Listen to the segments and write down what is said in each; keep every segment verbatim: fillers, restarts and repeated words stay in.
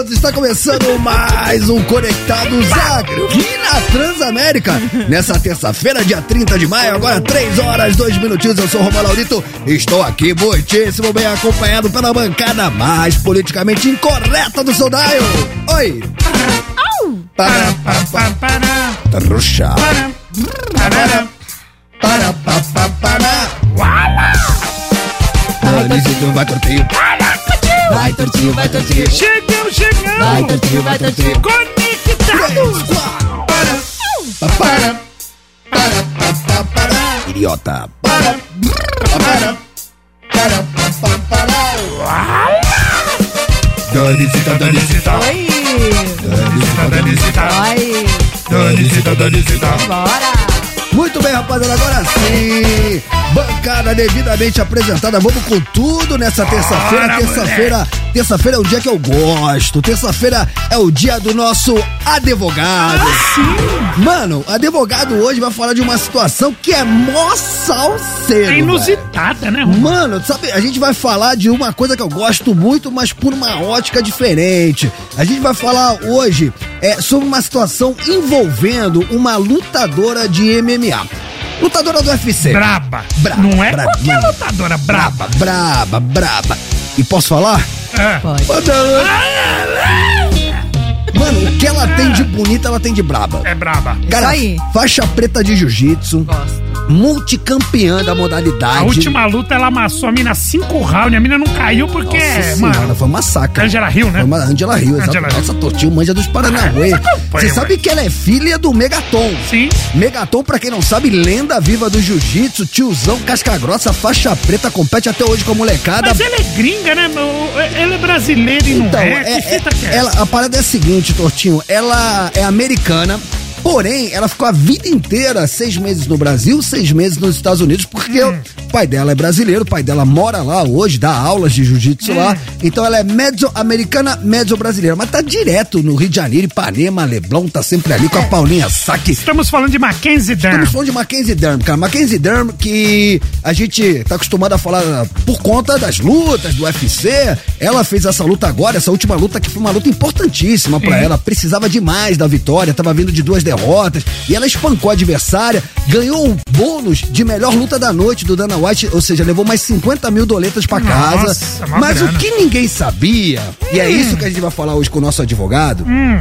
todos, está começando mais um Conectados Agro aqui na Transamérica, nessa terça-feira, dia trinta de maio, agora três horas, dois minutinhos. Eu sou o Romão Laurito, estou aqui muitíssimo bem acompanhado pela bancada mais politicamente incorreta do seu dial. Oi! Para, para, para, para, Ruxa. Para, para, para, para, para. Dani, vai tortinho. Vai tortinho, vai tortinho. Chegou, chegou. Vai tortinho, vai tortinho. Conectados. Para, para, para, para, para. Idiota. Para, para, para, para, para. Danicita, Danicita. Oi! Danicita, Danicita. Oi! Danicita, Danicita. Bora! Muito bem, rapaziada, agora sim, bancada devidamente apresentada, vamos com tudo nessa terça-feira, Bora, terça-feira, terça-feira é o dia que eu gosto, terça-feira é o dia do nosso advogado. Ah, sim. Mano, advogado hoje vai falar de uma situação que é mó salseiro. É inusitada, né? Mano, sabe, a gente vai falar de uma coisa que eu gosto muito, mas por uma ótica diferente. A gente vai falar hoje é, sobre uma situação envolvendo uma lutadora de M M A. Lutadora do U F C. Braba. Braba. Não é Braba. qualquer Mano. lutadora, braba. Braba, braba. E posso falar? É. Pode. Mano, o que ela tem de bonita, ela tem de braba. É braba. Cara, Isso aí. faixa preta de jiu-jitsu, Gosto. multicampeã da modalidade. A última luta, ela amassou a mina cinco rounds. A mina não caiu porque, Nossa mano... senhora, foi um massacre. Angela Hill, né? Foi uma Angela Hill, exato. Angela Hill. Nossa, Tortinho manja dos Paranauê. Ah, acompanha, Você sabe mano. que ela é filha do Megaton. Sim. Megaton, pra quem não sabe, lenda viva do jiu-jitsu, tiozão, casca grossa, faixa preta, compete até hoje com a molecada. Mas ela é gringa, né? meu? Ela é brasileira e Então, não é. é, Que fita que é ela, a parada é a seguinte, Tortinho, ela é americana, porém, ela ficou a vida inteira, seis meses no Brasil, seis meses nos Estados Unidos, porque Hum. o pai dela é brasileiro, o pai dela mora lá hoje, dá aulas de jiu-jitsu Hum. lá, então ela é mezzo-americana, mezzo-brasileira, mas tá direto no Rio de Janeiro, Ipanema, Leblon, tá sempre ali com a Paulinha Saque. Estamos falando de Mackenzie Dern. Estamos falando de Mackenzie Dern, cara. Mackenzie Dern, que a gente tá acostumado a falar por conta das lutas do U F C. Ela fez essa luta agora, essa última luta que foi uma luta importantíssima pra Sim. ela. Precisava demais da vitória, tava vindo de duas derrotas. E ela espancou a adversária, ganhou um bônus de melhor luta da noite do Dana White, ou seja, levou mais cinquenta mil doletas pra casa. Nossa, mó Mas grana. o que ninguém sabia, e é isso que a gente vai falar hoje com o nosso advogado, Hum.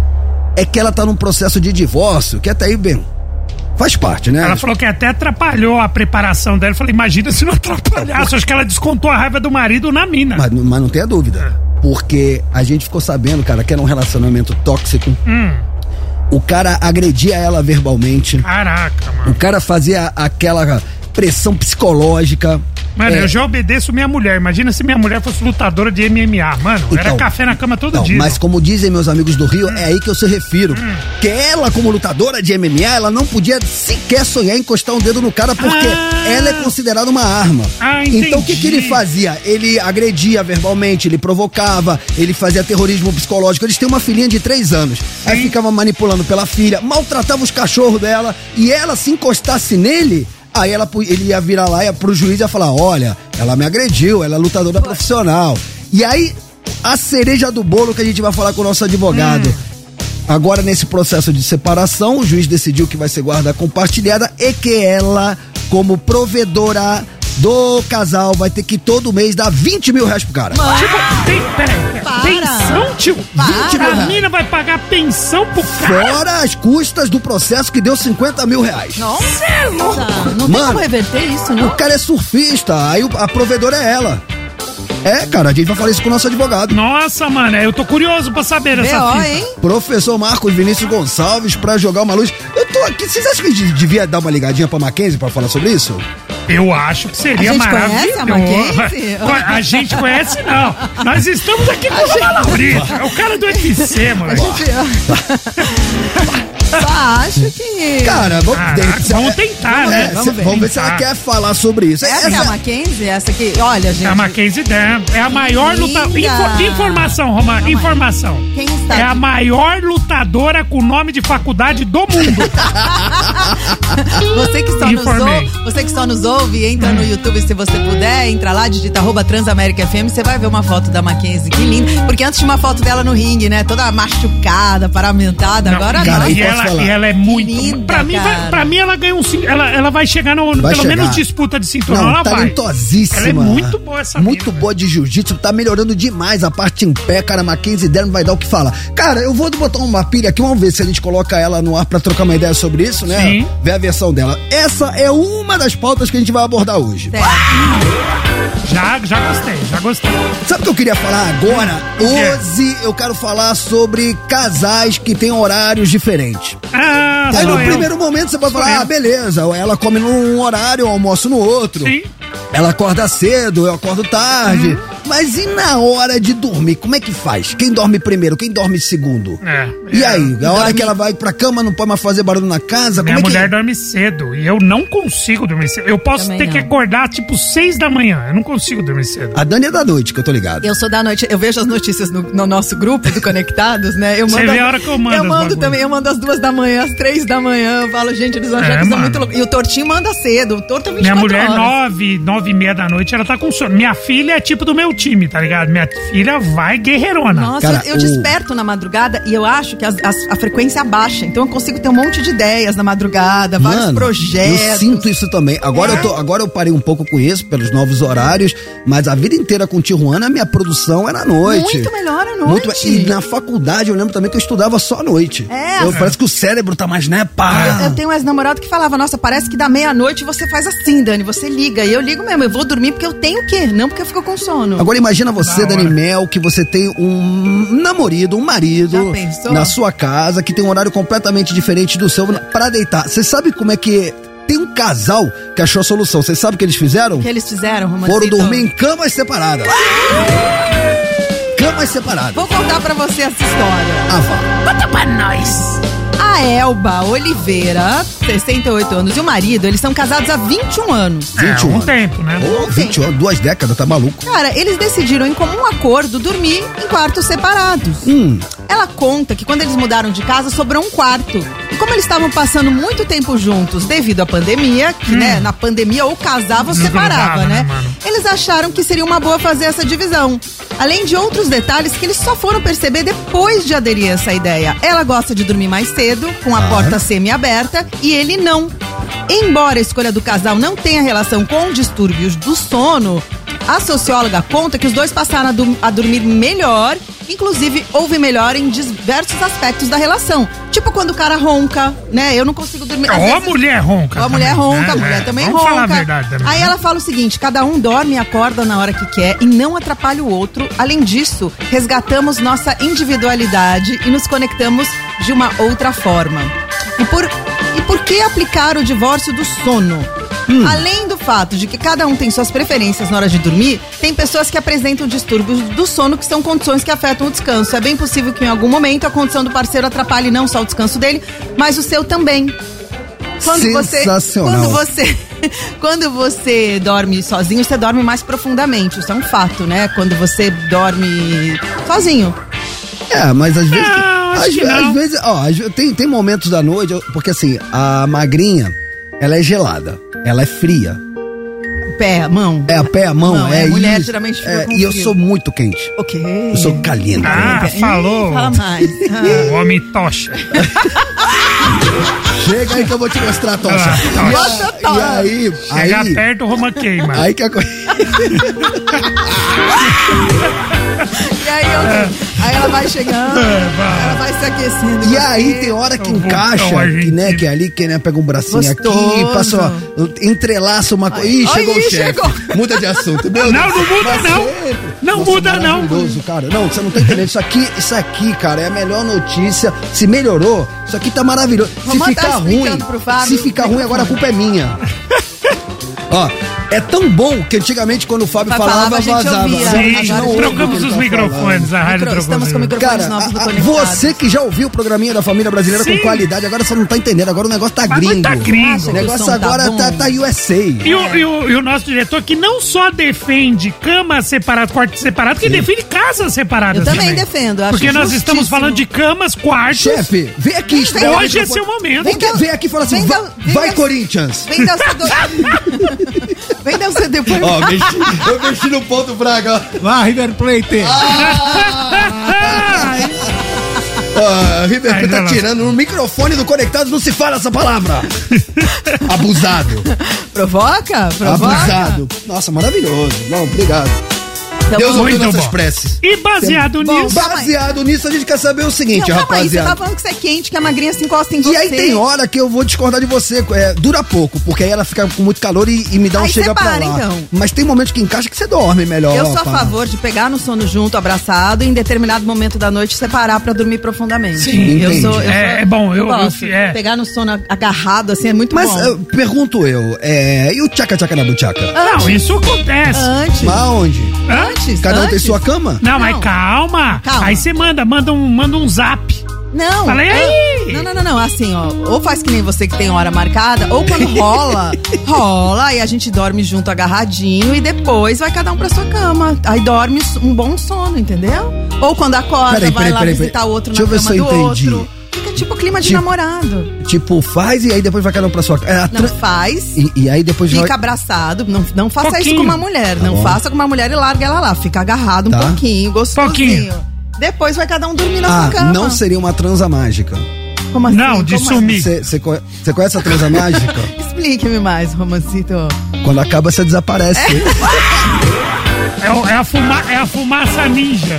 é que ela tá num processo de divórcio, que até aí, bem, faz parte, né? Ela falou que até atrapalhou a preparação dela. Eu falei, imagina se não atrapalhasse. Acho que ela descontou a raiva do marido na mina. Mas, mas não tenha dúvida. Porque a gente ficou sabendo, cara, que era um relacionamento tóxico. Hum. O cara agredia ela verbalmente. Caraca, O mano. cara fazia aquela pressão psicológica. Mano, É, eu já obedeço minha mulher. Imagina se minha mulher fosse lutadora de M M A. Mano, era Então, café na cama todo não, dia. mas como dizem meus amigos do Rio, é aí que eu se refiro. Que ela, como lutadora de M M A, ela não podia sequer sonhar em encostar um dedo no cara, porque Ah. ela é considerada uma arma. Ah, entendi. Então o que, que ele fazia? Ele agredia verbalmente, ele provocava, ele fazia terrorismo psicológico. Eles têm uma filhinha de três anos. Aí ficava manipulando pela filha, maltratava os cachorros dela, e ela se encostasse nele. Aí ela, ele ia virar lá ia pro juiz e ia falar, olha, ela me agrediu, ela é lutadora profissional. E aí, a cereja do bolo que a gente vai falar com o nosso advogado. Agora, nesse processo de separação, o juiz decidiu que vai ser guarda compartilhada e que ela, como provedora do casal, vai ter que todo mês dar vinte mil reais pro cara. Tipo, tem, peraí, Para. pensão, tio? vinte mil A reais. mina vai pagar pensão pro cara? Fora as custas do processo que deu cinquenta mil reais. Nossa, é louco. não tem Mano, como reverter isso, O não? cara é surfista, aí o- a provedora é ela. É, cara, a gente vai falar isso com o nosso advogado. Nossa, mano, eu tô curioso pra saber essa B O, fita. hein? Professor Marcos Vinícius Gonçalves pra jogar uma luz. Eu tô aqui, vocês acham que a gente devia dar uma ligadinha pra Mackenzie pra falar sobre isso? Eu acho que seria A gente maravilhoso. conhece a Mackenzie? A gente conhece, não. Nós estamos aqui com o Romão Laurito. É o cara do U F C, A moleque. gente... Só acho que... Cara, vamos, Caraca, de- vamos tentar, é, né? cê- Vamos ver. vamos ver se ela Tentar. quer falar sobre isso. Essa que é a Mackenzie? Essa aqui... Olha, gente... É a Mackenzie Dern. É a maior lutadora... Linda. Info- informação, Romão. Calma aí. Informação. Quem está É a aqui? maior lutadora com nome de faculdade do mundo. Você que só nos Informei. ouve, você que só nos ouve, entra no YouTube se você puder, entra lá, digita arroba Transamérica F M, você vai ver uma foto da Mackenzie, que linda. Porque antes tinha uma foto dela no ringue, né? Toda machucada, paramentada, Não, agora cara, não. E posso ela, falar? e ela é muito. Linda, pra, mim, vai, cara. pra mim, ela ganha um. cin- Ela, ela vai chegar no. Vai pelo chegar. menos disputa de cinturão, Não, ela vai. talentosíssima. Ela é muito boa essa Muito mina, boa de jiu-jitsu, tá melhorando demais a parte em pé, cara. Mackenzie Dern vai dar o que falar. Cara, eu vou botar uma pilha aqui, vamos ver se a gente coloca ela no ar pra trocar uma ideia sobre isso, né? Sim. Ver a versão dela. Essa é uma das pautas que a gente vai abordar hoje. Certo. Já, já gostei, já gostei. Sabe o que eu queria falar agora? quê? Hoje eu quero falar sobre casais que têm horários diferentes. Ah, Aí sou no eu. primeiro momento você pode Sou falar, eu. ah, beleza, ela come num horário, eu almoço no outro. Sim. Ela acorda cedo, eu acordo tarde. Uhum. Mas e na hora de dormir, como é que faz? Quem dorme primeiro, quem dorme segundo? É, E é. aí, a hora dorme- que ela vai pra cama, não pode mais fazer barulho na casa? Minha como é mulher que... dorme cedo e eu não consigo dormir cedo. Eu posso Também ter que não. acordar tipo seis da manhã. Eu não consigo dormir cedo. A Dani é da noite, que eu tô ligado. Eu sou da noite, eu vejo as notícias no, no nosso grupo do Conectados, né? Eu Você mando vê as- a hora que eu mando Eu os mando bagulho. também, eu mando às duas da manhã, às três da manhã. Eu falo, gente, eles vão achar É, que eu sou mano. muito louco. E o Tortinho manda cedo. O Torto é vinte e Minha quatro mulher, horas. nove, nove e meia da noite, ela tá com sono. Minha filha é tipo do meu time, tá ligado? Minha filha vai guerreirona. Nossa, Cara, eu, eu o- desperto na madrugada e eu acho que as- as- a frequência baixa. Então eu consigo ter um monte de ideias na madrugada, vários Mano, projetos. eu sinto isso também. Agora, eu tô, agora eu parei um pouco com isso, pelos novos horários, mas a vida inteira com Tijuana, a minha produção era à noite. Muito melhor à noite. Muito, e na faculdade eu lembro também que eu estudava só à noite. É. Eu, parece que o cérebro tá mais, né, pá. Eu, eu tenho um ex-namorado que falava, nossa, parece que da meia-noite você faz assim, Dani, você liga. E eu ligo mesmo, eu vou dormir porque eu tenho o quê? Não porque eu fico com sono. Agora imagina você, Da Dani hora. Mel, que você tem um namorado, um marido Já pensou? na sua casa, que tem um horário completamente diferente do seu pra deitar. Você sabe como é que tem um casal que achou a solução? Você sabe o que eles fizeram? O que eles fizeram, Romancito? Foram dormir em camas separadas. Camas separadas. Vou contar pra você essa história. Ah, vá. Conta pra nós. A Elba Oliveira, sessenta e oito anos, e o marido, eles são casados há vinte e um anos. É, vinte e um um anos. tempo, né? Ô, vinte anos, duas décadas, tá maluco. Cara, eles decidiram em comum acordo dormir em quartos separados. Hum, Ela conta que quando eles mudaram de casa, sobrou um quarto. E como eles estavam passando muito tempo juntos devido à pandemia, que, né, na pandemia ou casava ou Desgrudava, separava, né, né? mano? Eles acharam que seria uma boa fazer essa divisão. Além de outros detalhes que eles só foram perceber depois de aderir a essa ideia. Ela gosta de dormir mais cedo, com a Ah. porta semi-aberta, e ele não. Embora a escolha do casal não tenha relação com distúrbios do sono, a socióloga conta que os dois passaram a, du- a dormir melhor, inclusive houve melhor em diversos aspectos da relação. Tipo quando o cara ronca, né? Eu não consigo dormir. às Ou a vezes- mulher ronca. ou a mulher também, ronca, né? a mulher É, também vamos ronca. falar a verdade também. Aí né? ela fala o seguinte: cada um dorme e acorda na hora que quer e não atrapalha o outro. Além disso, resgatamos nossa individualidade e nos conectamos de uma outra forma. E por, e por que aplicar o divórcio do sono? Hum. Além do fato de que cada um tem suas preferências na hora de dormir, tem pessoas que apresentam distúrbios do sono que são condições que afetam o descanso. É bem possível que em algum momento a condição do parceiro atrapalhe não só o descanso dele, mas o seu também. Quando você, Sensacional. quando você, quando você dorme sozinho, você dorme mais profundamente. Isso é um fato, né? Quando você dorme sozinho. é, mas às vezes. Não, acho às, que ve- não. às vezes, ó, às ve- tem, tem momentos da noite, eu- porque assim, a magrinha, ela é gelada, ela é fria. Pé, a mão. É a pé, a mão, Não, é é, mulher isso. geralmente fica É, com e eu frio. sou muito quente. O quê? Eu sou caliente. Ah, Ih, falou. Fala mais. Ah. O homem tocha. Chega aí que eu vou te mostrar a tocha. Ah, E, tocha. a- e aí, Chega aí, perto, o Roma queima. aí que a coisa. E aí, eu- aí ela vai chegando, ela vai se aquecendo. E aí tem hora que É o vulcão encaixa, que, argentino. né, que ali, que né, pega um bracinho aqui, Gostoso. passa, ó, entrelaça uma coisa. Ih, Ai, chegou ih, o chefe. chegou. Muda de assunto. Meu Não, Deus. não muda Mas não. sempre. Não Nossa, muda não. maravilhoso, cara. Não, você não tá entendendo. Isso aqui, isso aqui, cara, é a melhor notícia. Se melhorou, isso aqui tá maravilhoso. Se Romã tá ficar ruim, explicando pro Fábio. se ficar ruim, agora a culpa é minha. Ó, É tão bom que antigamente quando o Fábio Vai falava, falava, a gente vazava. ouvia. Agora a gente Sim, não ouve o que trocamos ele os tá microfones, falando. a rádio Micro- trocou estamos os com microfones. microfones Cara, novos do a- a- Conectados. você que já ouviu o programinha da família brasileira Sim. com qualidade, agora você não tá entendendo. Agora o negócio tá Mas gringo. tá gringo. Acha O que negócio o som tá agora bom? tá, tá U S A. E o, e, o, e o nosso diretor que não só defende cama separada, quarto separado, que defende casas separadas. Eu também defendo, acho Porque nós estamos justíssimo. falando de camas, quartos. Chefe, vem aqui. estrear o Hoje é microfone. seu momento. Vem, cá, vem aqui e fala assim, Vem vai, dar- vem vai dar- Corinthians. Vem dar o seu... do- Vem dar o seu depoimento. Ó, mexi, eu mexi no ponto fraco, ó. Vá, River Plate. Ah, River Ai, tá não, não. tirando no microfone do Conectados, não se fala essa palavra. Abusado. Provoca? Provoca? Abusado. Nossa, maravilhoso. Não, obrigado. Então, Deus ouviu Muito nossas bom. preces. E baseado Bom, nisso. calma aí. Baseado nisso, a gente quer saber o seguinte, Não, calma aí, você rapaziada. tá falando que você é quente, que a magrinha se encosta em você. E aí tem hora que eu vou discordar de você. É, dura pouco, porque aí ela fica com muito calor e, e me dá um Aí chega separa, pra lá. então. Mas tem momentos que encaixa que você dorme melhor. Eu sou a pá. favor de pegar no sono junto, abraçado, e em determinado momento da noite separar pra dormir profundamente. Sim, eu entendi. sou, eu É, sou- é bom, eu- gosto. eu- é. Pegar no sono agarrado, assim, é muito Mas bom. eu, pergunto eu, é, e o tchaca-tchaca na buchaca? Não, isso acontece. Antes. Mas aonde? Hã? Antes. Cada um tem antes. sua cama? Não, mas Não. calma. Calma. Aí você manda, manda um, manda um zap. Não. Fala, e aí? Não, não, não, não. Assim, ó. Ou faz que nem você que tem hora marcada, ou quando rola, rola, e a gente dorme junto agarradinho e depois vai cada um pra sua cama. Aí dorme um bom sono, entendeu? Ou quando acorda, Peraí, vai peraí, lá peraí, visitar peraí. o outro Deixa eu na ver cama se eu do entendi. outro. Fica tipo clima de Tipo- namorado. Tipo, faz e aí depois vai cada um pra sua cama. É, a Não tra- faz. e, e aí depois Fica vai... abraçado, não, não faça Pouquinho. isso com uma mulher. Tá não bom. faça com uma mulher e larga ela lá. Fica agarrado um Tá. pouquinho, gostosinho. Pouquinho. Depois vai cada um dormir na Ah, sua cama. não seria uma transa mágica. Como assim? Não, de Como sumir. Você conhece a transa mágica? assim? Explique-me mais, Romancito. Quando acaba, você desaparece. É, o- é a fuma, é a fumaça ninja.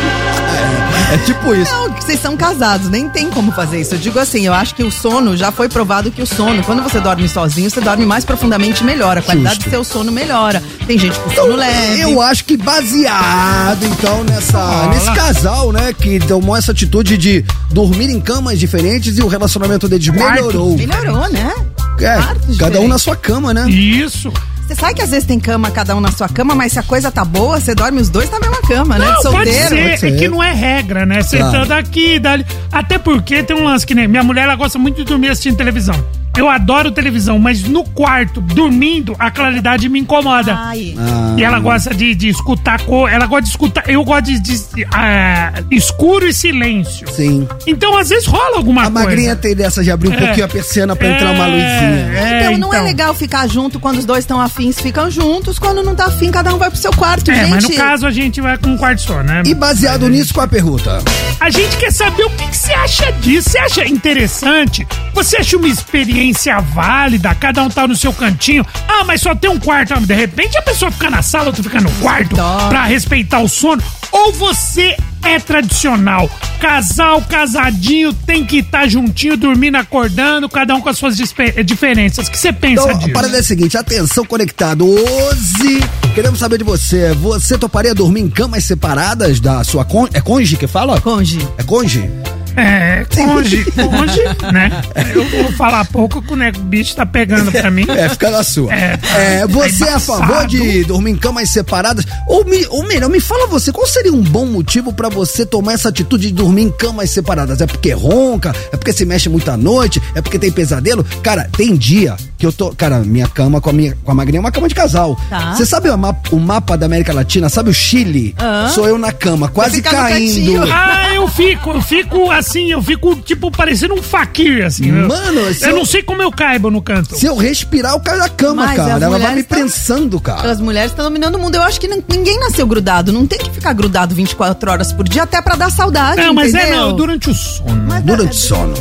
É tipo isso. Não, que vocês são casados, nem tem como fazer isso. Eu digo assim, eu acho que o sono, já foi provado que o sono, quando você dorme sozinho, você dorme mais profundamente e melhora. A qualidade Justo. do seu sono melhora. Tem gente com sono leve. Eu acho que baseado, então, nessa, Olá. nesse casal, né, que tomou essa atitude de dormir em camas diferentes e o relacionamento deles melhorou. Melhorou, né? É, Quartos cada um diferentes. na sua cama, né? Isso. Você sabe que às vezes tem cama, cada um na sua cama, mas se a coisa tá boa, você dorme os dois na mesma cama, né? Não, De pode solteiro. ser, Pode ser. é que não é regra, né? Você Claro. tá daqui, dali. Até porque tem um lance que nem. Minha mulher, ela gosta muito de dormir assistindo televisão. Eu adoro televisão, mas no quarto, dormindo, a claridade me incomoda. Ai. Ah, E ela gosta de, de escutar cor, ela gosta de escutar. Eu gosto de, de, ah, escuro e silêncio. sim. Então, às vezes, rola alguma A coisa. magrinha tem dessa de abrir um É. pouquinho a persiana pra entrar uma É, luzinha. é, Então, não é legal ficar junto quando os dois estão afins, ficam juntos. Quando não tá afim, cada um vai pro seu quarto, É, gente. mas no caso a gente vai com um quarto só, né? E baseado nisso, qual a pergunta? A gente quer saber o que, que você acha disso. Você acha interessante? Você acha uma experiência válida? Cada um tá no seu cantinho. Ah, mas só tem um quarto. Ah, de repente a pessoa fica na sala, outra fica no quarto Dó. pra respeitar o sono. Ou você é tradicional? Casal, casadinho, tem que estar juntinho, dormindo, acordando, cada um com as suas dispe- diferenças. O que você pensa Então, a disso? parada é a seguinte, atenção conectado. Hoje, queremos saber de você. Você toparia dormir em camas separadas da sua cônjuge? É cônjuge que fala? Conge. É cônjuge? É, conge, conge, né? Eu vou falar pouco que o nego- bicho tá pegando pra mim. É, fica na sua. É. É, você é a embaçado. favor de dormir em camas separadas? Ou, me, ou melhor, me fala você, qual seria um bom motivo pra você tomar essa atitude de dormir em camas separadas? É porque ronca? É porque se mexe muito à noite? É porque tem pesadelo? Cara, tem dia que eu tô... Cara, minha cama com a, minha, com a magrinha é uma cama de casal. Tá. Você sabe o mapa, o mapa da América Latina? Sabe o Chile? Hã? Sou eu na cama, quase fica no caindo. cantinho. Ah, eu fico, eu fico assim, eu fico tipo parecendo um faquir, assim. eu- Mano, se eu eu- não sei como eu caibo no canto. Se eu respirar, eu caio da cama, Mas cara. as Ela vai mulheres me tão- prensando, cara. As mulheres estão dominando o mundo. Eu acho que não- ninguém nasceu grudado. Não tem que ficar grudado vinte e quatro horas por dia, até pra dar saudade, Não, mas é entendeu? não, durante o sono. Mas Durante o é- sono.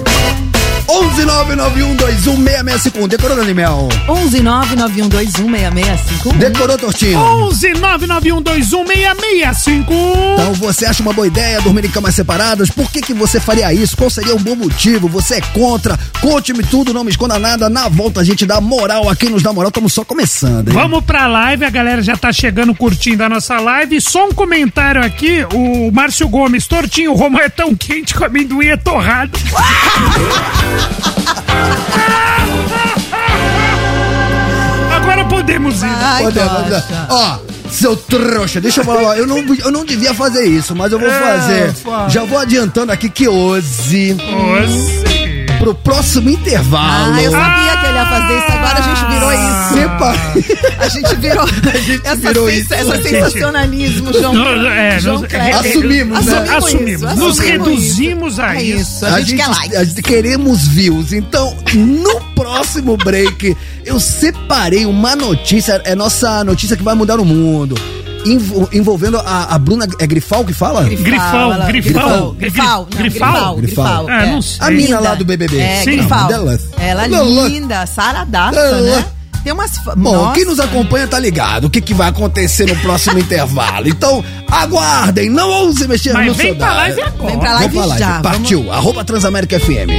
onze nove nove um dois um seis seis cinco um. Decorou, Daniel? onze nove nove um dois um seis seis cinco um. Decorou, Tortinho? onze nove nove um dois um seis seis cinco um. Então você acha uma boa ideia dormir em camas separadas? Por que que você faria isso? Qual seria um bom motivo? Você é contra? Conte-me tudo, não me esconda nada. Na volta a gente dá moral. Aqui nos dá moral, estamos só começando, hein? Vamos pra live, a galera já tá chegando curtindo a nossa live. Só um comentário aqui, o Márcio Gomes, tortinho, o Romão é tão quente que o amendoim é torrado. Agora podemos Podemos ir. Ai, Podemos, gosta. ó, seu trouxa, deixa eu falar, eu não, eu não devia fazer isso, mas eu vou É, fazer. fala. Já vou adiantando aqui que hoje, Você. pro próximo intervalo, Ah, eu sabia que ele ia fazer isso, agora a gente virou isso. separa... A gente virou, essa virou sensa- isso. essa Gente. sensacionalismo, João. No- é, João nos- Kleber. Assumimos, né? Assumimos, Assumimos. isso, Nos assumimos reduzimos isso. a É isso. A, gente, quer like. a gente queremos views. Então, no próximo break, eu separei uma notícia, é nossa notícia que vai mudar o mundo. Envo- envolvendo a, a Bruna, é Grifal que fala? Grifal, ela- Grifal. Grifal, não, Grifal? Grifal, Grifal. Ah, não sei. A mina Linda. lá do B B B. É, Sim, Grifal. dela. Ela Ela- linda, saradaça, Ela- né? Tem umas... fa- Bom, Nossa. quem nos acompanha tá ligado o que, que vai acontecer no próximo intervalo. Então, aguardem, não ouse mexer Mas no vem seu pra dado. live agora. Vem pra Vamos live pra live. já. Partiu, arroba Transamérica F M.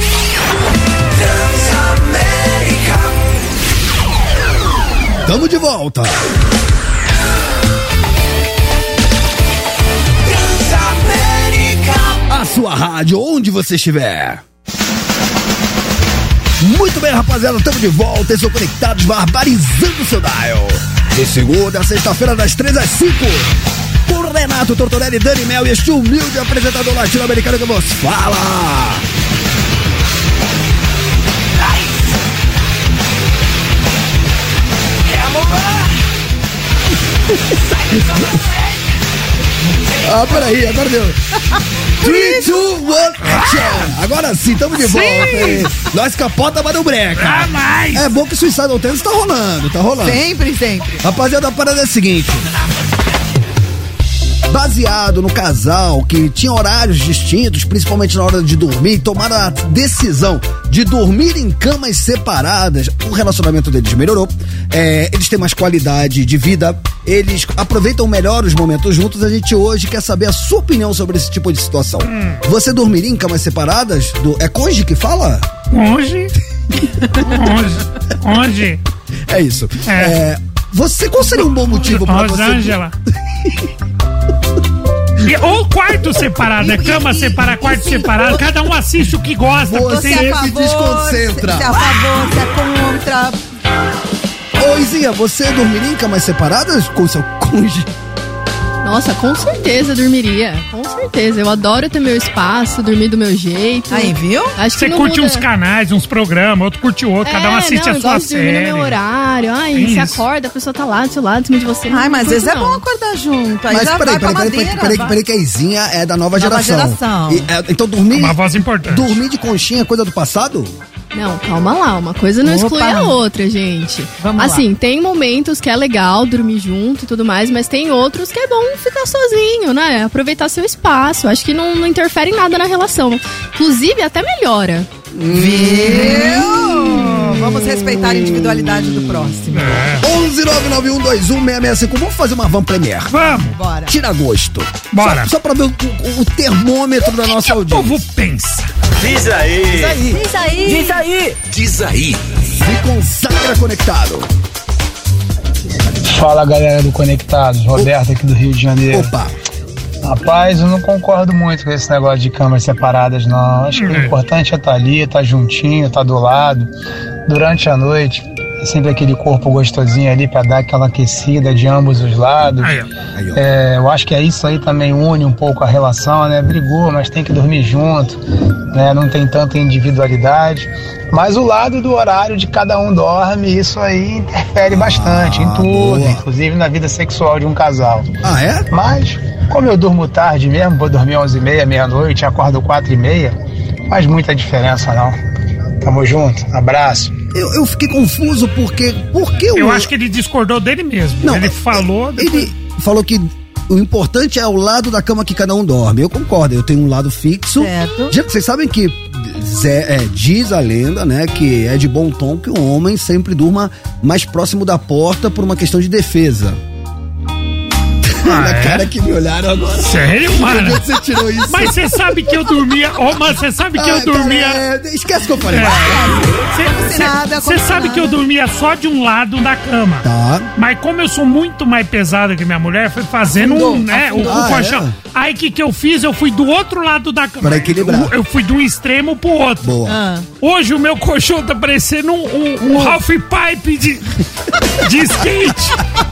Tamo de volta. A sua rádio, onde você estiver. Muito bem, rapaziada, estamos de volta. Estou conectados, barbarizando o seu dial. De segunda a sexta-feira, das três às cinco. Com Renato Tortorelli, Dani Mel e este humilde apresentador latino-americano que vos fala. Ah, peraí, agora deu. três, dois, um, action! Agora sim, estamos de volta. hein? Nós capota, mas não breca. Ah, mais. É bom que o Suicidal Tennis tá rolando, tá rolando. Sempre, sempre. Rapaziada, a parada é a seguinte. Baseado no casal que tinha horários distintos, principalmente na hora de dormir, tomaram a decisão de dormir em camas separadas, o relacionamento deles melhorou, é, eles têm mais qualidade de vida, eles aproveitam melhor os momentos juntos. A gente hoje quer saber a sua opinião sobre esse tipo de situação. Hum. Você dormiria em camas separadas? Do, é cônjuge que fala? Onde? Onde? Onde? É isso. É. É, você, qual seria um bom motivo pra você... Rosângela. E- Ou quarto separado, é cama separada, quarto separado, cada um assiste o que gosta. Você Você é me a favor, desconcentra. você é a favor, você é contra. Ô, Izinha, você dormiria em camas separadas com seu cônjuge? Nossa, com certeza dormiria. Com certeza. Eu adoro ter meu espaço, dormir do meu jeito. Aí, viu? Acho Você que não curte muda. uns canais, uns programas, outro curte o outro, cada um É, assiste não, a eu sua gosto de dormir série. no meu horário. Ai, Tem você isso. acorda, a pessoa tá lá do seu lado, em cima de você. Ai, mas às vezes é não. bom acordar junto. Aí Mas já peraí, vai pra peraí, peraí, madeira. peraí, vai. peraí, que a Izinha é da nova, Nova geração. geração. E, é, então dormir, Uma voz importante. dormir de conchinha é coisa do passado? Não, calma lá. Uma coisa não Opa. exclui a outra, gente. Vamos lá. assim, tem momentos que é legal dormir junto e tudo mais, mas tem outros que é bom ficar sozinho, né? Aproveitar seu espaço. Acho que não, não interfere em nada na relação. Inclusive, até melhora. Viu? Vamos respeitar a individualidade do próximo. onze nove nove um dois um seis seis cinco. Vamos fazer uma van premiere. Vamos. Bora. Tira gosto. Bora. Só, só pra ver o, o- o termômetro da nossa O audiência. povo pensa. Diz aí. Isso aí. Diz aí. Diz aí. Se consagra conectado. Fala galera do Conectados, Roberto aqui do Rio de Janeiro. Opa. Rapaz, eu não concordo muito com esse negócio de camas separadas, não. Acho que o importante é estar ali, estar juntinho, estar do lado. Durante a noite, é sempre aquele corpo gostosinho ali para dar aquela aquecida de ambos os lados. Aí, ó. Aí, ó. É, eu acho que é isso aí também une um pouco a relação, né? Brigou, mas tem que dormir junto, né? Não tem tanta individualidade. Mas o lado do horário de cada um dorme, isso aí interfere bastante em tudo, boa. inclusive na vida sexual de um casal. Ah, é? Mas, como eu durmo tarde mesmo, vou dormir onze e meia, meia-noite, acordo quatro e meia, faz muita diferença não. Tamo junto, abraço. Eu, eu fiquei confuso porque... porque Eu o- acho que ele discordou dele mesmo. Não, ele falou. Ele falou que o importante é o lado da cama que cada um dorme. Eu concordo, eu tenho um lado fixo. Certo. Já que vocês sabem que Zé, é, diz a lenda, né, que é de bom tom que o homem sempre durma mais próximo da porta por uma questão de defesa. Olha Ah, a é? cara que me olharam agora. Sério, Onde mano? é que você tirou isso? Mas você sabe que eu dormia. Ô, mano, você sabe que Ah, eu dormia. cara, é, esquece o que eu falei. Acontece nada, Você acontece sabe que eu nada. dormia só de um lado da cama. Tá. Mas como eu sou muito mais pesado que minha mulher, foi fazendo Afundou, um, né, o, afundou. o Ah, colchão. é? Aí o que, que eu fiz? Eu fui do outro lado da cama. Pra equilibrar. Eu, eu fui de um extremo pro outro. Boa. Ah. Hoje o meu colchão tá parecendo um, um, um half pipe de, de skate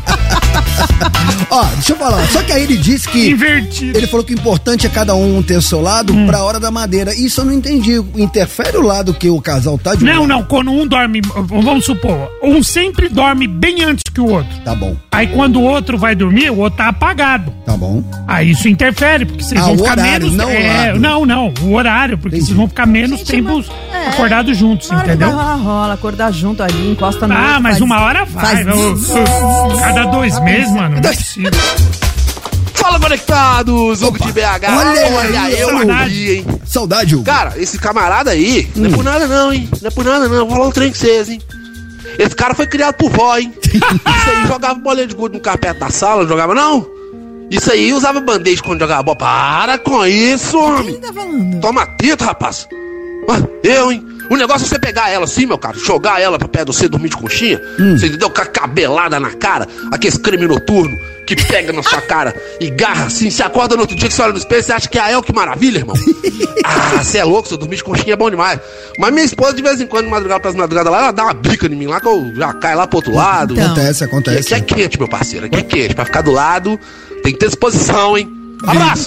Ó, deixa eu falar. Só que aí ele disse que. invertido. Ele falou que o importante é cada um ter o seu lado pra hora da madeira. Isso eu não entendi. Interfere o lado que o casal tá de Não, não, quando um dorme, vamos supor, um sempre dorme bem antes que o outro. Tá bom, Aí quando o outro vai dormir, o outro tá apagado. tá bom. Aí isso interfere, porque vocês Ah, vão o ficar horário, menos. não o é, lado. não, não, o horário, porque Entendi. vocês vão ficar menos Gente, tempos mas- é. acordados juntos, Na hora que entendeu? dá rola, rola, acordar junto ali, encosta no Ah, outro, mas faz- uma hora vai. faz- Eu- eu- cada dois meses, mano, não é possível. Fala, conectados! Hugo de B H. olha Olha, aí, eu saudade. aqui, hein? Saudade, Hugo. Cara, esse camarada aí, não é por nada não, hein? Não é por nada não, vou falar um trem com vocês, hein? Esse cara foi criado por vó, hein? Isso aí, jogava bolinha de gude no carpete da sala, não jogava não? Isso aí, usava band-aid quando jogava bola. Para com isso, homem! Quem tá falando? Toma tinta, rapaz! Ah, eu, hein? O negócio é você pegar ela assim, meu cara, jogar ela pra pé de você dormir de conchinha, você entendeu? Com a cabelada na cara, aquele creme noturno que pega na sua cara e garra assim, você acorda no outro dia que você olha no espelho, você acha que é a El, que maravilha, irmão. Ah, você é louco, você dormir de conchinha é bom demais. Mas minha esposa, de vez em quando, madrugada pras madrugadas lá, ela dá uma bica em mim lá, que eu já caio lá pro outro lado. Então. Acontece, acontece. Aqui é quente, meu parceiro, aqui é quente. Pra ficar do lado, tem que ter disposição, hein? Abraço!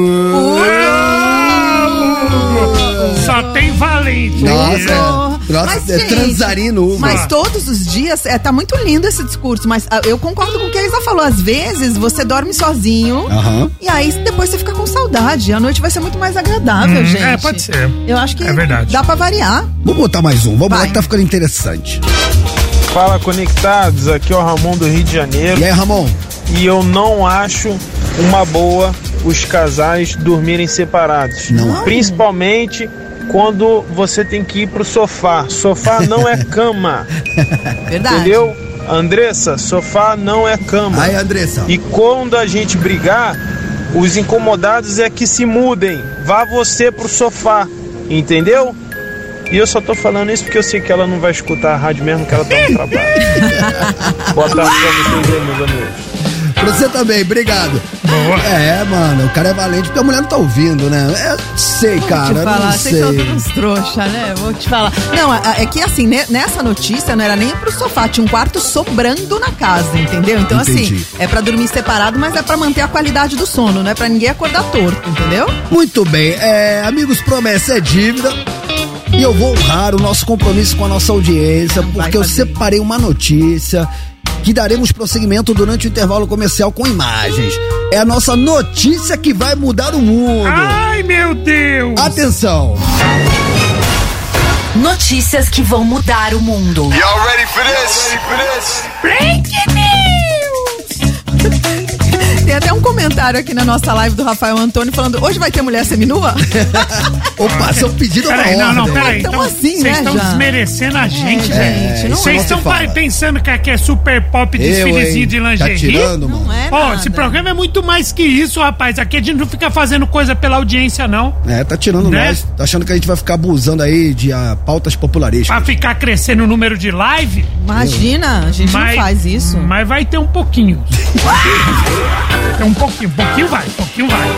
Só tem valente. Nossa, né? é. Nossa, Mas, é gente, transarino, Hugo. Mas todos os dias, é, tá muito lindo esse discurso, mas ah, eu concordo com o que a Isa falou. Às vezes você dorme sozinho Aham. e aí depois você fica com saudade. A noite vai ser muito mais agradável, Hum, gente. é, pode ser. Eu acho que É verdade. dá pra variar. Vamos botar mais um. Vamos lá Vai. que tá ficando interessante. Fala, conectados, aqui é o Ramon do Rio de Janeiro E aí, Ramon? e eu não acho uma boa os casais dormirem separados. Não. Principalmente quando você tem que ir pro sofá. Sofá não é cama, Verdade. entendeu? Andressa, sofá não é cama. Aí, Andressa. E quando a gente brigar, os incomodados é que se mudem. Vá você pro sofá, entendeu? E eu só tô falando isso porque eu sei que ela não vai escutar a rádio mesmo que ela tá no trabalho. Boa tarde pra vocês aí, meus amigos. Pra você também, obrigado. Boa. É, mano, o cara é valente porque a mulher não tá ouvindo, né? É, sei, cara, Vou te falar, não vocês são sei. todos uns trouxa, né? Vou te falar. Não, é é que assim, ne- nessa notícia não era nem pro sofá, tinha um quarto sobrando na casa, entendeu? Então Entendi. assim, é pra dormir separado, mas é pra manter a qualidade do sono, não é pra ninguém acordar torto, entendeu? Muito bem, é, amigos, promessa é dívida. E eu vou honrar o nosso compromisso com a nossa audiência, Não vai porque eu fazer. separei uma notícia que daremos prosseguimento durante o intervalo comercial com imagens. É a nossa notícia que vai mudar o mundo. Ai, meu Deus! Atenção! Notícias que vão mudar o mundo. Break news! Tem até um comentário aqui na nossa live do Rafael Antônio falando: hoje vai ter mulher seminua? Opa, seu pedido é uma Peraí, não, não, ordem. peraí. Então, Então, assim, vocês né, estão já? desmerecendo a gente, É, gente. gente, não Vocês é. estão Não se fala. pensando que aqui é super pop Eu, desfilezinho hein? de Tá lingerie? tirando, mano. Não é Ó, nada. esse programa é muito mais que isso, rapaz. Aqui a gente não fica fazendo coisa pela audiência, não. É, tá tirando Né? nós. Tá achando que a gente vai ficar abusando aí de ah, pautas popularescas. Pra ficar crescendo o número de live. Imagina, a gente mas, não faz isso. Mas vai ter um pouquinho. É um pouquinho, um pouquinho vai, um pouquinho vai.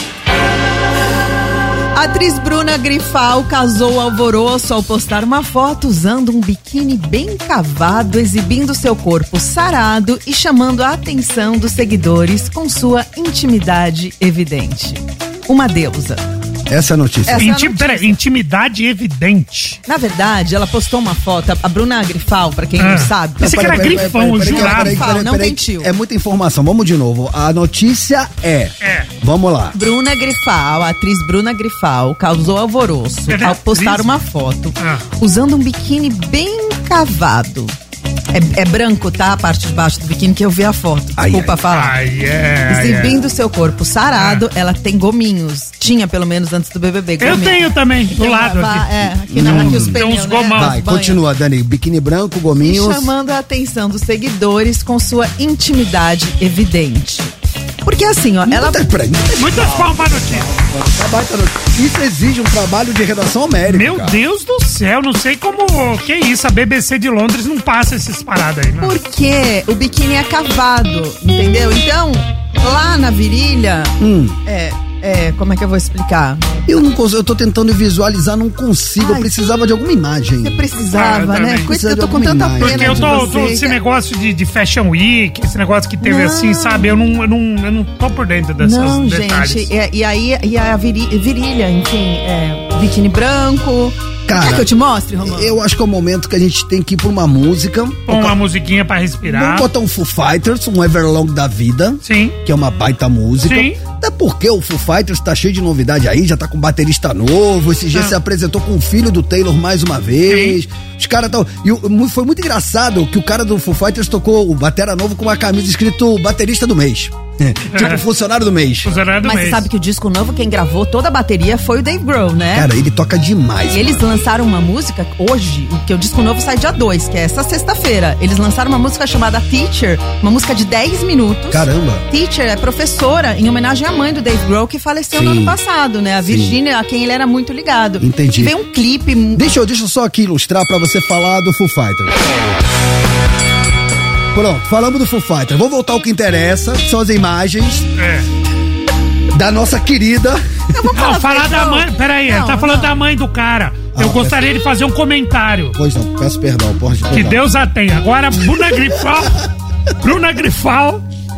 A atriz Bruna Grifal causou alvoroço ao postar uma foto usando um biquíni bem cavado, exibindo seu corpo sarado e chamando a atenção dos seguidores com sua intimidade evidente. Uma deusa. Essa é a notícia. Essa é a Inti- notícia. peraí, intimidade evidente. Na verdade, ela postou uma foto, a Bruna Grifal, pra quem Ah. não sabe. Pensei que era grifão, eu jurava. Grifal, não tem tio. É muita informação. Vamos de novo. A notícia é. É. Vamos lá. Bruna Grifal, a atriz Bruna Grifal, causou alvoroço Ela é ao postar atriz? uma foto Ah. usando um biquíni bem cavado. É, é branco, tá? A parte de baixo do biquíni que eu vi a foto. Ai, Desculpa ai. falar. Ai, é. ai, Exibindo seu corpo sarado, ela tem gominhos. Tinha, pelo menos, antes do B B B. é. Eu gominhos. teni também, do Tem lado uma- aqui. É, aqui, na, aqui os Tem pneus, uns né? gomão. Vai, Banho. continua, Dani. Biquíni branco, E gominhos. chamando a atenção dos seguidores com sua intimidade evidente. Porque assim, ó, ela... Muita, peraí, muita Muitas palmas pra notícia. Tá baita notícia. Isso exige um trabalho de redação homérica. Meu cara. Deus do céu, não sei como. Que isso, a B B C de Londres não passa essas paradas aí, não. Porque o biquíni é cavado, entendeu? Então, lá na virilha, Hum. é, é, como é que eu vou explicar? Eu não consigo, eu tô tentando visualizar, não consigo. Ai, eu precisava de alguma imagem. Você precisava, Ah, eu né? também. Coisa, eu tô com Precisa de tanta alguma pena Porque eu de tô, tô você, esse cara. negócio de, de Fashion Week, esse negócio que teve Não. assim, sabe? Eu não, eu não, eu não tô por dentro dessas Não, detalhes. gente, é, e aí e a viri- virilha, enfim, é, biquíni branco. Cara, Quer que eu te mostre, Romano? Eu acho que é o momento que a gente tem que ir pra uma música. Põe uma musiquinha pra respirar. Vamos botar um Foo Fighters, um Everlong da vida. Sim. Que é uma baita música. Sim. Até porque o Foo Fighters tá cheio de novidade aí, já tá com baterista novo. Esse dia Ah. se apresentou com o filho do Taylor mais uma vez. Sim. Os caras tão. E o- mu- foi muito engraçado que o cara do Foo Fighters tocou o batera novo com uma camisa escrito baterista do mês. Tipo, funcionário do mês. Funcionário do Mas mês. você sabe que o disco novo, quem gravou toda a bateria foi o Dave Grohl, né? Cara, ele toca demais. E eles mano. lançaram uma música hoje, que o disco novo sai dia dois, que é essa sexta-feira. Eles lançaram uma música chamada Teacher, uma música de dez minutos. Caramba. Teacher é professora em homenagem à mãe do Dave Grohl, que faleceu no Sim. ano passado, né? A Sim. Virginia, a quem ele era muito ligado. Entendi. E veio um clipe. Deixa eu, deixa eu só aqui ilustrar pra você falar do Foo Fighters. Pronto, falamos do Foo Fighters. Vou voltar ao que interessa, que são as imagens É. da nossa querida. Não, falar da mãe. Peraí, ele Não, tá falando não. da mãe do cara. Eu Ah, gostaria de fazer um comentário. Pois não, peço perdão, pode Que perdão. Deus a tenha. Agora, Bruna Grifal. Bruna Grifal.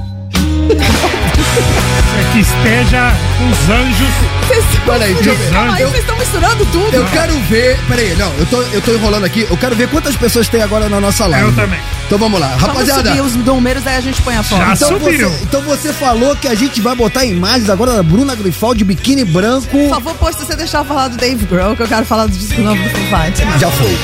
Que esteja com os anjos. Peraí, deixa eu ver. Ai, Eu- vocês estão misturando tudo. Eu quero ver. Peraí, não, eu tô, eu tô enrolando aqui. Eu quero ver quantas pessoas tem agora na nossa live. Eu também. Então vamos lá, rapaziada. Vamos subir os números, aí a gente põe a foto. Já Então subiu. você, então você falou que a gente vai botar imagens agora da Bruna Grifal de biquíni branco. Por favor, pô, se você deixar eu falar do Dave Grohl, que eu quero falar do disco novo do Foo Fighters. Já foi.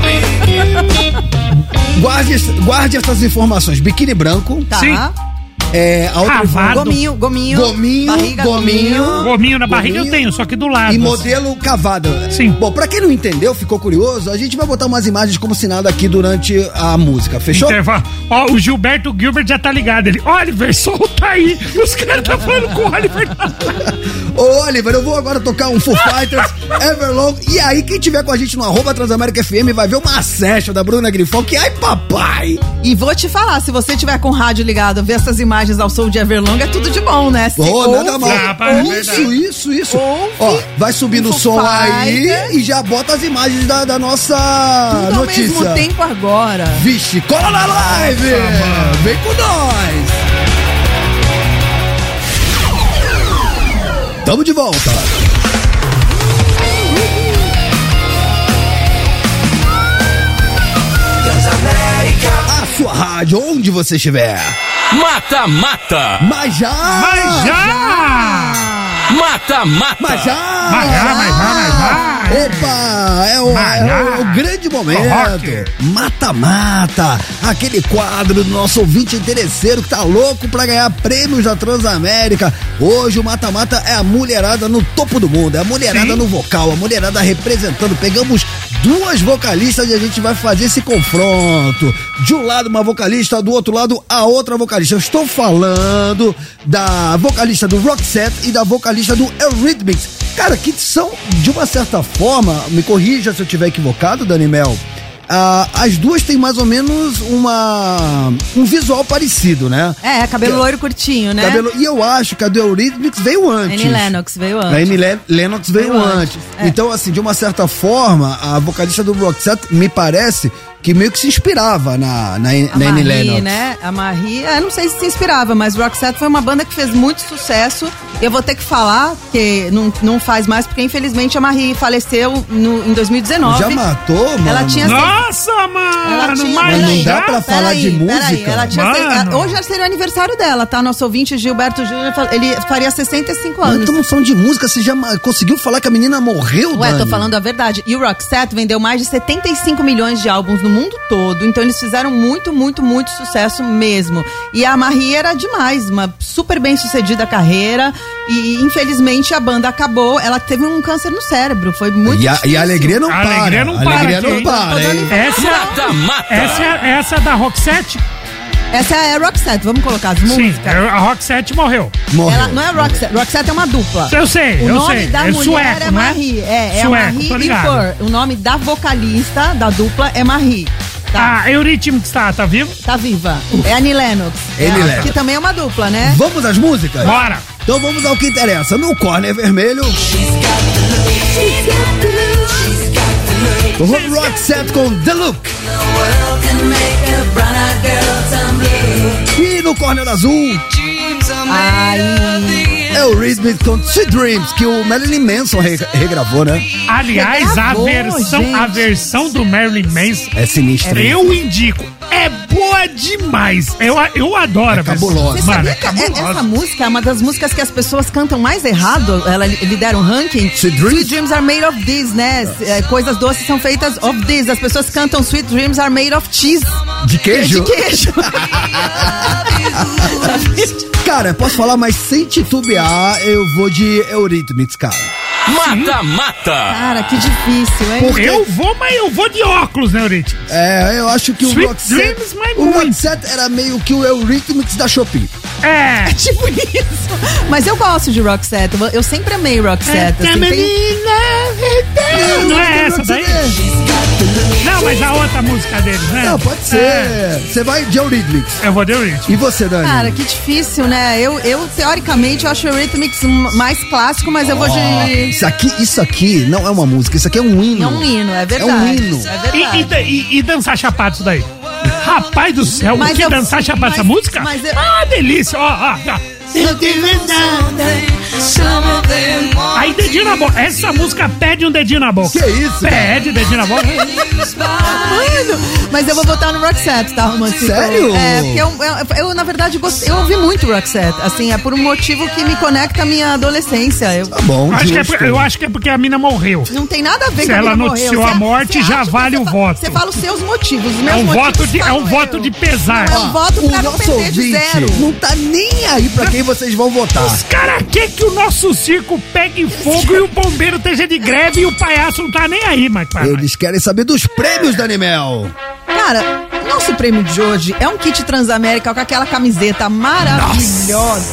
Guarde, es- guarde essas informações. Biquíni branco. Tá. Sim. É, a outra Cavado. Gominho, gominho. Gominho, barriga, gominho. Gominho na barriga Gominho. eu tenho, só que do lado. E modelo cavado. Sim. Bom, pra quem não entendeu, ficou curioso, a gente vai botar umas imagens como se nada aqui durante a música, fechou? Intervalo. Ó, o Gilberto Gilbert já tá ligado. Ele, Oliver, solta aí. Os caras tá falando com o Oliver. Ô, Oliver, eu vou agora tocar um Foo Fighters, Everlong, e aí quem tiver com a gente no arroba Transamérica F M vai ver uma session da Bruna Grifal, que ai papai! E vou te falar, se você tiver com o rádio ligado, ver essas imagens ao som de Everlong, é tudo de bom, né? Se Ô, nada ouve- mal. Ah, pá, é isso, verdade. isso, isso. Ouve Ó, vai subindo o Foo som aí Fighters. e já bota as imagens da, da nossa tudo ao notícia. mesmo tempo agora. Vixe, cola na live! Vem com nós! Tamo de volta! A sua rádio, onde você estiver. Mata, mata. Mas já! Mas já! Mata, mata. Mas já! Mas já, mas já, mas já. Opa! É o, Mas é já. o- o grande momento. Rock. Mata-mata. Aquele quadro do nosso ouvinte interesseiro que tá louco pra ganhar prêmios da Transamérica. Hoje o mata-mata é a mulherada no topo do mundo. É a mulherada Sim. no vocal, a mulherada representando. Pegamos duas vocalistas e a gente vai fazer esse confronto. De um lado uma vocalista, do outro lado a outra vocalista. Eu estou falando da vocalista do Roxette e da vocalista do Eurythmics. Cara, que são, de uma certa forma, me corrija se eu estiver equivocado, Dani Mel, ah, as duas têm mais ou menos uma um visual parecido, né? É, cabelo loiro curtinho, né? Cabelo, e eu acho que a do Eurythmics veio antes. Annie Lennox veio antes. A Annie Le- Lennox veio, Veio antes. antes, é. Então, assim, de uma certa forma, a vocalista do Roxette, me parece que meio que se inspirava na, na, A na Annie Marie, Lennox. né? A Marie, eu não sei se se inspirava, mas Roxette foi uma banda que fez muito sucesso. Eu vou ter que falar, que não, não faz mais, porque infelizmente a Marie faleceu no, em dois mil e dezenove. Já matou, mano? Ela tinha Nossa, mano! Ela tinha, mas Mas não peraí, dá pra falar peraí, de peraí, música? ela tinha Mano. se- hoje já seria o aniversário dela, tá? Nosso ouvinte Gilberto Júnior, ele faria sessenta e cinco Mas anos. estamos falando de música, você já ma- conseguiu falar que a menina morreu, Ué, Dani? tô falando a verdade. E o Roxette vendeu mais de setenta e cinco milhões de álbuns no mundo todo. Então eles fizeram muito, muito, muito sucesso mesmo. E a Marie era demais, uma super bem sucedida carreira. E infelizmente a banda acabou. Ela teve um câncer no cérebro. Foi muito E a, difícil. e a alegria não A para. alegria não a para alegria aqui, não hein? para, hein? Essa, Mata, mata. essa, é- essa é da Roxette? Essa é a Roxette, vamos colocar as Sim, músicas. a Roxette morreu. Morreu. Ela não é Roxette, Roxette é uma dupla. Eu sei, O eu nome sei. da É mulher sueco, é não é? Marie. É, é Sueco, Marie tô ligado. Ifor. O nome da vocalista da dupla é Marie. Tá, Ah, Eurythmics tá, tá vivo? tá viva. É a Annie Lennox. Annie É, Lennox. que também é uma dupla, né? Vamos às músicas? Bora! Então vamos ao que interessa. No corner vermelho, o Roxette com The Look. E no corner azul, Aí. é o Rhythmics com Sweet Dreams, que o Marilyn Manson re- regravou, né? Aliás, a Regravou, versão, a gente. versão do Marilyn Manson, É sinistro. eu indico. É boa demais. Eu, eu adoro. É cabulosa. Você Mano, é sabia que é- cabulosa. essa música é uma das músicas que as pessoas cantam mais errado? Ela lidera um ranking. Sweet Dreams? Sweet Dreams are made of this, né? É, coisas doces são feitas of this. As pessoas cantam Sweet Dreams are made of cheese. De queijo? De queijo. Cara, posso falar, mas sem titubear, eu vou de Eurythmics, cara. Mata Mata. Cara, que difícil, hein? Por quê? Eu vou, mas eu vou de óculos, né, Eurythmics? É, eu acho que o Sweet Roxette... Dreams, mas o muito. Roxette era meio que o Eurythmics da Shopee. É. Tipo isso. Mas eu gosto de Roxette. Eu- Eu sempre amei Roxette. assim, tem- Não é essa daí? Não, mas a outra música deles, né? Não, pode ser. É. Você vai de Eurythmics. Eu vou de Eurythmics. E você, Dani? Cara, que difícil, né? Eu, eu teoricamente, eu acho o Eurythmics m- mais clássico, mas eu vou de... Isso aqui, isso aqui não é uma música, isso aqui é um hino. É um hino, é verdade. É um hino. É E, verdade. e, da- e- e dançar chapado isso daí? Rapaz do céu, Mas o que eu- dançar chapado mas- essa música? mas eu- Ah, delícia, ó, ó, ó. Aí, dedinho na boca. Essa música pede um dedinho na boca. Que isso, cara? Pede dedinho na boca. Mano, mas eu vou votar no Roxette, tá, Romancito? Sério? É, porque eu, eu, eu, na verdade, gostei, eu ouvi muito Roxette. Assim, é por um motivo que me conecta à minha adolescência. Eu, Tá bom, Eu acho, que é, justo. por- eu acho que é porque a mina morreu. não tem nada a ver Se com a ela mina noticiou morreu. a morte, já acha que vale você o fa- voto. Você fala os seus motivos. Os meus É um motivos voto de, é falo um voto eu. de pesar. Não, é um voto O pra não nosso perder de ouvinte zero. não tá nem aí pra quem vocês vão votar. Os caras querem que o nosso circo pegue fogo e o bombeiro esteja de greve e o palhaço não tá nem aí, mas cara. Eles querem saber dos prêmios, Dani Mel. Cara, nosso prêmio de hoje é um kit Transamérica com aquela camiseta maravilhosa.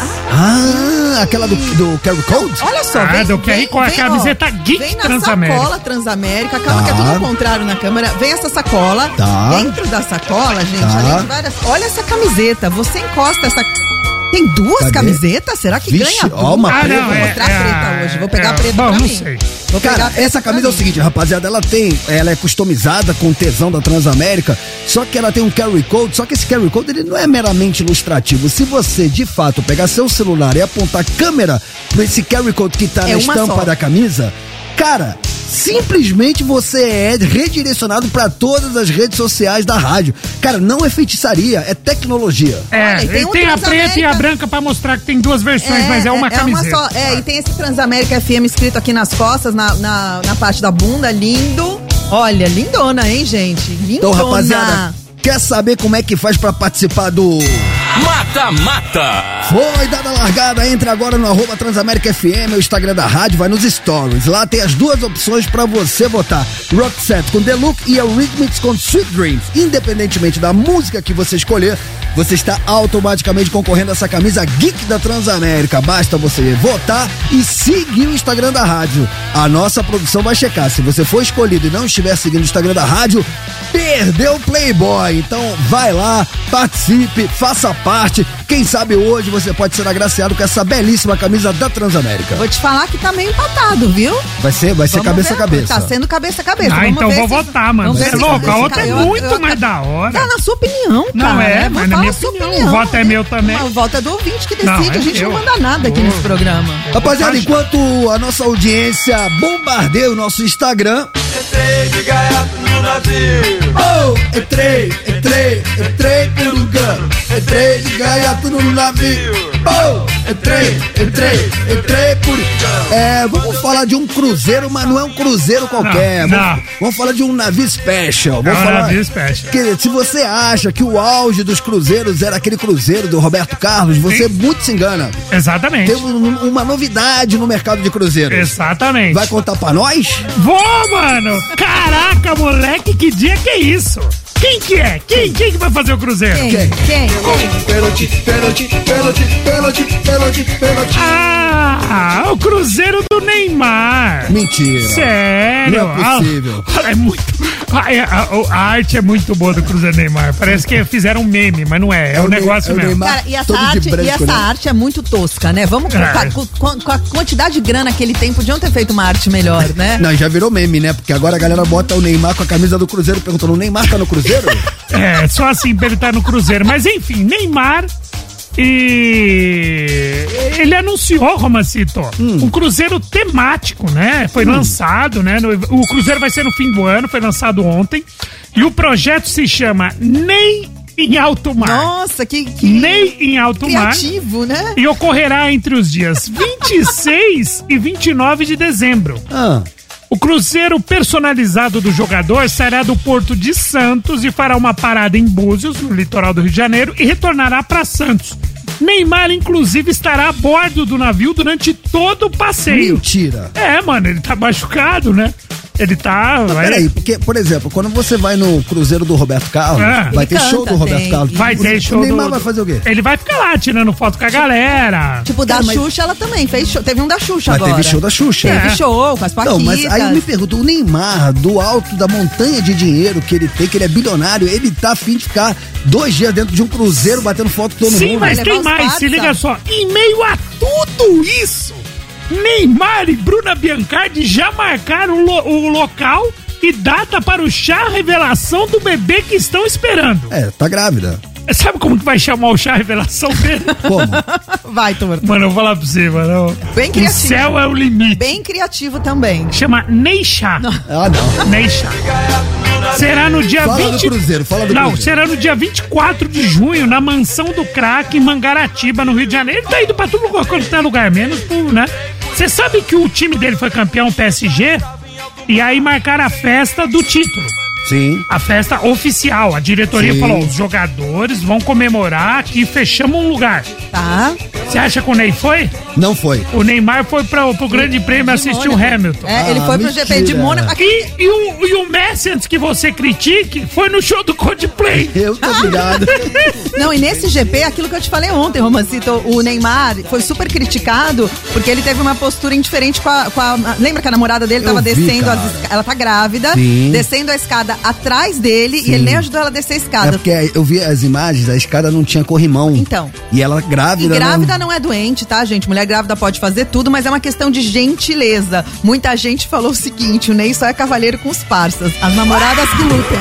Ah, aquela do, do Carry Code? Olha só, Ah, vem, do Q R vem, Code, vem, a camiseta ó, Geek vem na Transamérica. sacola Transamérica, calma que é Tá. tudo ao contrário na câmera. Vem essa sacola, Tá. dentro da sacola, gente, Tá. além de várias... Olha essa camiseta, você encosta essa... Tem duas Cadê? camisetas? Será que Vixe, ganha ó, uma duas? preta. Vou mostrar é, a preta é, hoje, vou pegar é, a preta bom, pra não mim. sei. Vou pegar a Cara, preta essa pra camisa é o mim. seguinte, rapaziada, ela tem, ela é customizada com tesão da Transamérica, só que ela tem um carry code, só que esse carry code ele não é meramente ilustrativo. Se você, de fato, pegar seu celular e apontar a câmera pra esse carry code que tá É na uma estampa só. da camisa, cara, simplesmente você é redirecionado pra todas as redes sociais da rádio. Cara, não é feitiçaria, é tecnologia. É, Olha, e tem e um tem a Transamérica. preta e a branca pra mostrar que tem duas versões, mas é uma camiseta. só. É, e tem esse Transamérica F M escrito aqui nas costas, na, na, na parte da bunda, lindo. Olha, lindona, hein, gente? Lindona. Então, rapaziada, quer saber como é que faz pra participar do... Mata Mata. Foi dada a largada, entre agora no arroba Transamérica F M, o Instagram da rádio, vai nos stories. Lá tem as duas opções pra você votar. Roxette com The Look e Eurythmics com Sweet Dreams. Independentemente da música que você escolher, você está automaticamente concorrendo a essa camisa Geek da Transamérica. Basta você votar e seguir o Instagram da rádio. A nossa produção vai checar. Se você for escolhido e não estiver seguindo o Instagram da rádio, perdeu o Playboy. Então vai lá, participe, faça parte. Quem sabe hoje você pode ser agraciado com essa belíssima camisa da Transamérica. Vou te falar que tá meio empatado, viu? Vai ser, vai ser Vamos cabeça a ver. cabeça. Tá sendo cabeça a cabeça. Ah, Vamos então ver vou se- votar, mano. vamos ver Você é se louco, a cabeça- outra é eu- muito eu- mais da hora. Tá na sua opinião, cara. Não é, Vamos mas na falar minha a sua opinião. O voto é meu também. Mas o voto é do ouvinte que decide. Não, é a gente meu. não manda nada aqui Oh. nesse programa. Rapaziada, enquanto a nossa audiência bombardeia o nosso Instagram. Oh, entrei, entrei, entrei por engano. Entrei de gaiato no navio. Oh, entrei, entrei, entrei por engano. É, vamos falar de um cruzeiro, mas não é um cruzeiro qualquer. Não, Vamos, não. vamos falar de um navio special. É Vamos um falar navio special. Que, se você acha que o auge dos cruzeiros era aquele cruzeiro do Roberto Carlos, você Sim. muito se engana. Exatamente. Tem um- uma novidade no mercado de cruzeiros. Exatamente. Vai contar pra nós? Vou, mano! Caraca, moleque, que dia que é isso? Quem que é? Quem, quem que vai fazer o Cruzeiro? Quem? Quem? Quem? Pênalti, pênalti, pênalti, pênalti, pênalti, pênalti. Ah, o Cruzeiro do Neymar. Mentira. Sério? Não é possível. Ah, é muito. A, a- a arte é muito boa do Cruzeiro Neymar. Parece que fizeram um meme, mas não é. É, É um o Ney- negócio é o mesmo. Neymar. Cara, e essa, Todo de arte, branco, e essa né? arte é muito tosca, né? Vamos com, É. com- com- com a quantidade de grana que ele tem, podiam ter feito uma arte melhor, né? Não, já virou meme, né? Porque agora a galera bota o Neymar com a camisa do Cruzeiro perguntando, o Neymar tá no Cruzeiro? É, só assim pra ele estar no Cruzeiro. Mas enfim, Neymar. E ele anunciou, Romancito, Hum. um cruzeiro temático, né? Foi lançado, né? No- o cruzeiro vai ser no fim do ano, foi lançado ontem. E o projeto se chama Ney em Alto Mar. Nossa, que, que Ney em Alto Mar. criativo, né? E ocorrerá entre os dias vinte e seis e vinte e nove de dezembro. Ah, O cruzeiro personalizado do jogador sairá do Porto de Santos e fará uma parada em Búzios, no litoral do Rio de Janeiro, e retornará para Santos. Neymar, inclusive, estará a bordo do navio durante todo o passeio. mentira. É, mano, ele tá machucado, né? Ele tá... Mas vai- peraí, porque, por exemplo, quando você vai no Cruzeiro do Roberto Carlos, Ah. vai Ele ter show canta, do Roberto tem. Carlos. Vai O- ter show O Neymar do- vai fazer o quê? Ele vai ficar lá tirando foto com a galera. Tipo, da Cara, mas- Xuxa, ela também fez show. Teve um da Xuxa Mas agora. teve show da Xuxa. Teve É. show com as Paquitas. Não, mas aí eu me pergunto, o Neymar, do alto da montanha de dinheiro que ele tem, que ele é bilionário, ele tá afim de ficar dois dias dentro de um cruzeiro batendo foto com todo Sim, mundo. mas Vai tem levar os mais, parça. se liga só. Em meio a tudo isso, Neymar e Bruna Biancardi já marcaram o, lo- o local e data para o chá revelação do bebê que estão esperando. É, tá grávida. Sabe como que vai chamar o chá revelação dele? Como? Vai, Torto. Mano, eu vou falar pra você, mano. Bem O criativo. céu é o limite. Bem criativo também. Chama Ney Chá. Ah, não. Ney Chá. Será no dia Fala do vinte... Cruzeiro, fala do Não, Cruzeiro. será no dia vinte e quatro de junho, na Mansão do Crack, em Mangaratiba, no Rio de Janeiro. Ele tá indo pra todo lugar, quando tá lugar menos, pô, né? Você sabe que o time dele foi campeão P S G? E aí marcaram a festa do título. Sim. A festa oficial. A diretoria Sim. falou, os jogadores vão comemorar aqui, fechamos um lugar. Tá? Você acha que o Ney foi? Não foi. O Neymar foi pra, pro Grande Prêmio assistir o Hamilton. É, ele Ah, foi pro G P de mentira. Mônaco. E, e, o, e o Messi, antes que você critique, foi no show do Coldplay. Eu tô ligado. Não, e nesse G P, aquilo que eu te falei ontem, Romancito, o Neymar foi super criticado porque ele teve uma postura indiferente com a. Com a lembra que a namorada dele Eu tava vi, descendo, cara. as esca- ela tá grávida, Sim. descendo a escada atrás dele Sim. e ele nem ajudou ela a descer a É escada. porque eu vi as imagens, a escada não tinha corrimão. Então. E ela E grávida. grávida não é doente, tá, gente? Mulher grávida pode fazer tudo, mas é uma questão de gentileza. Muita gente falou o seguinte: o Ney só é cavalheiro com os parças. As namoradas que lutam.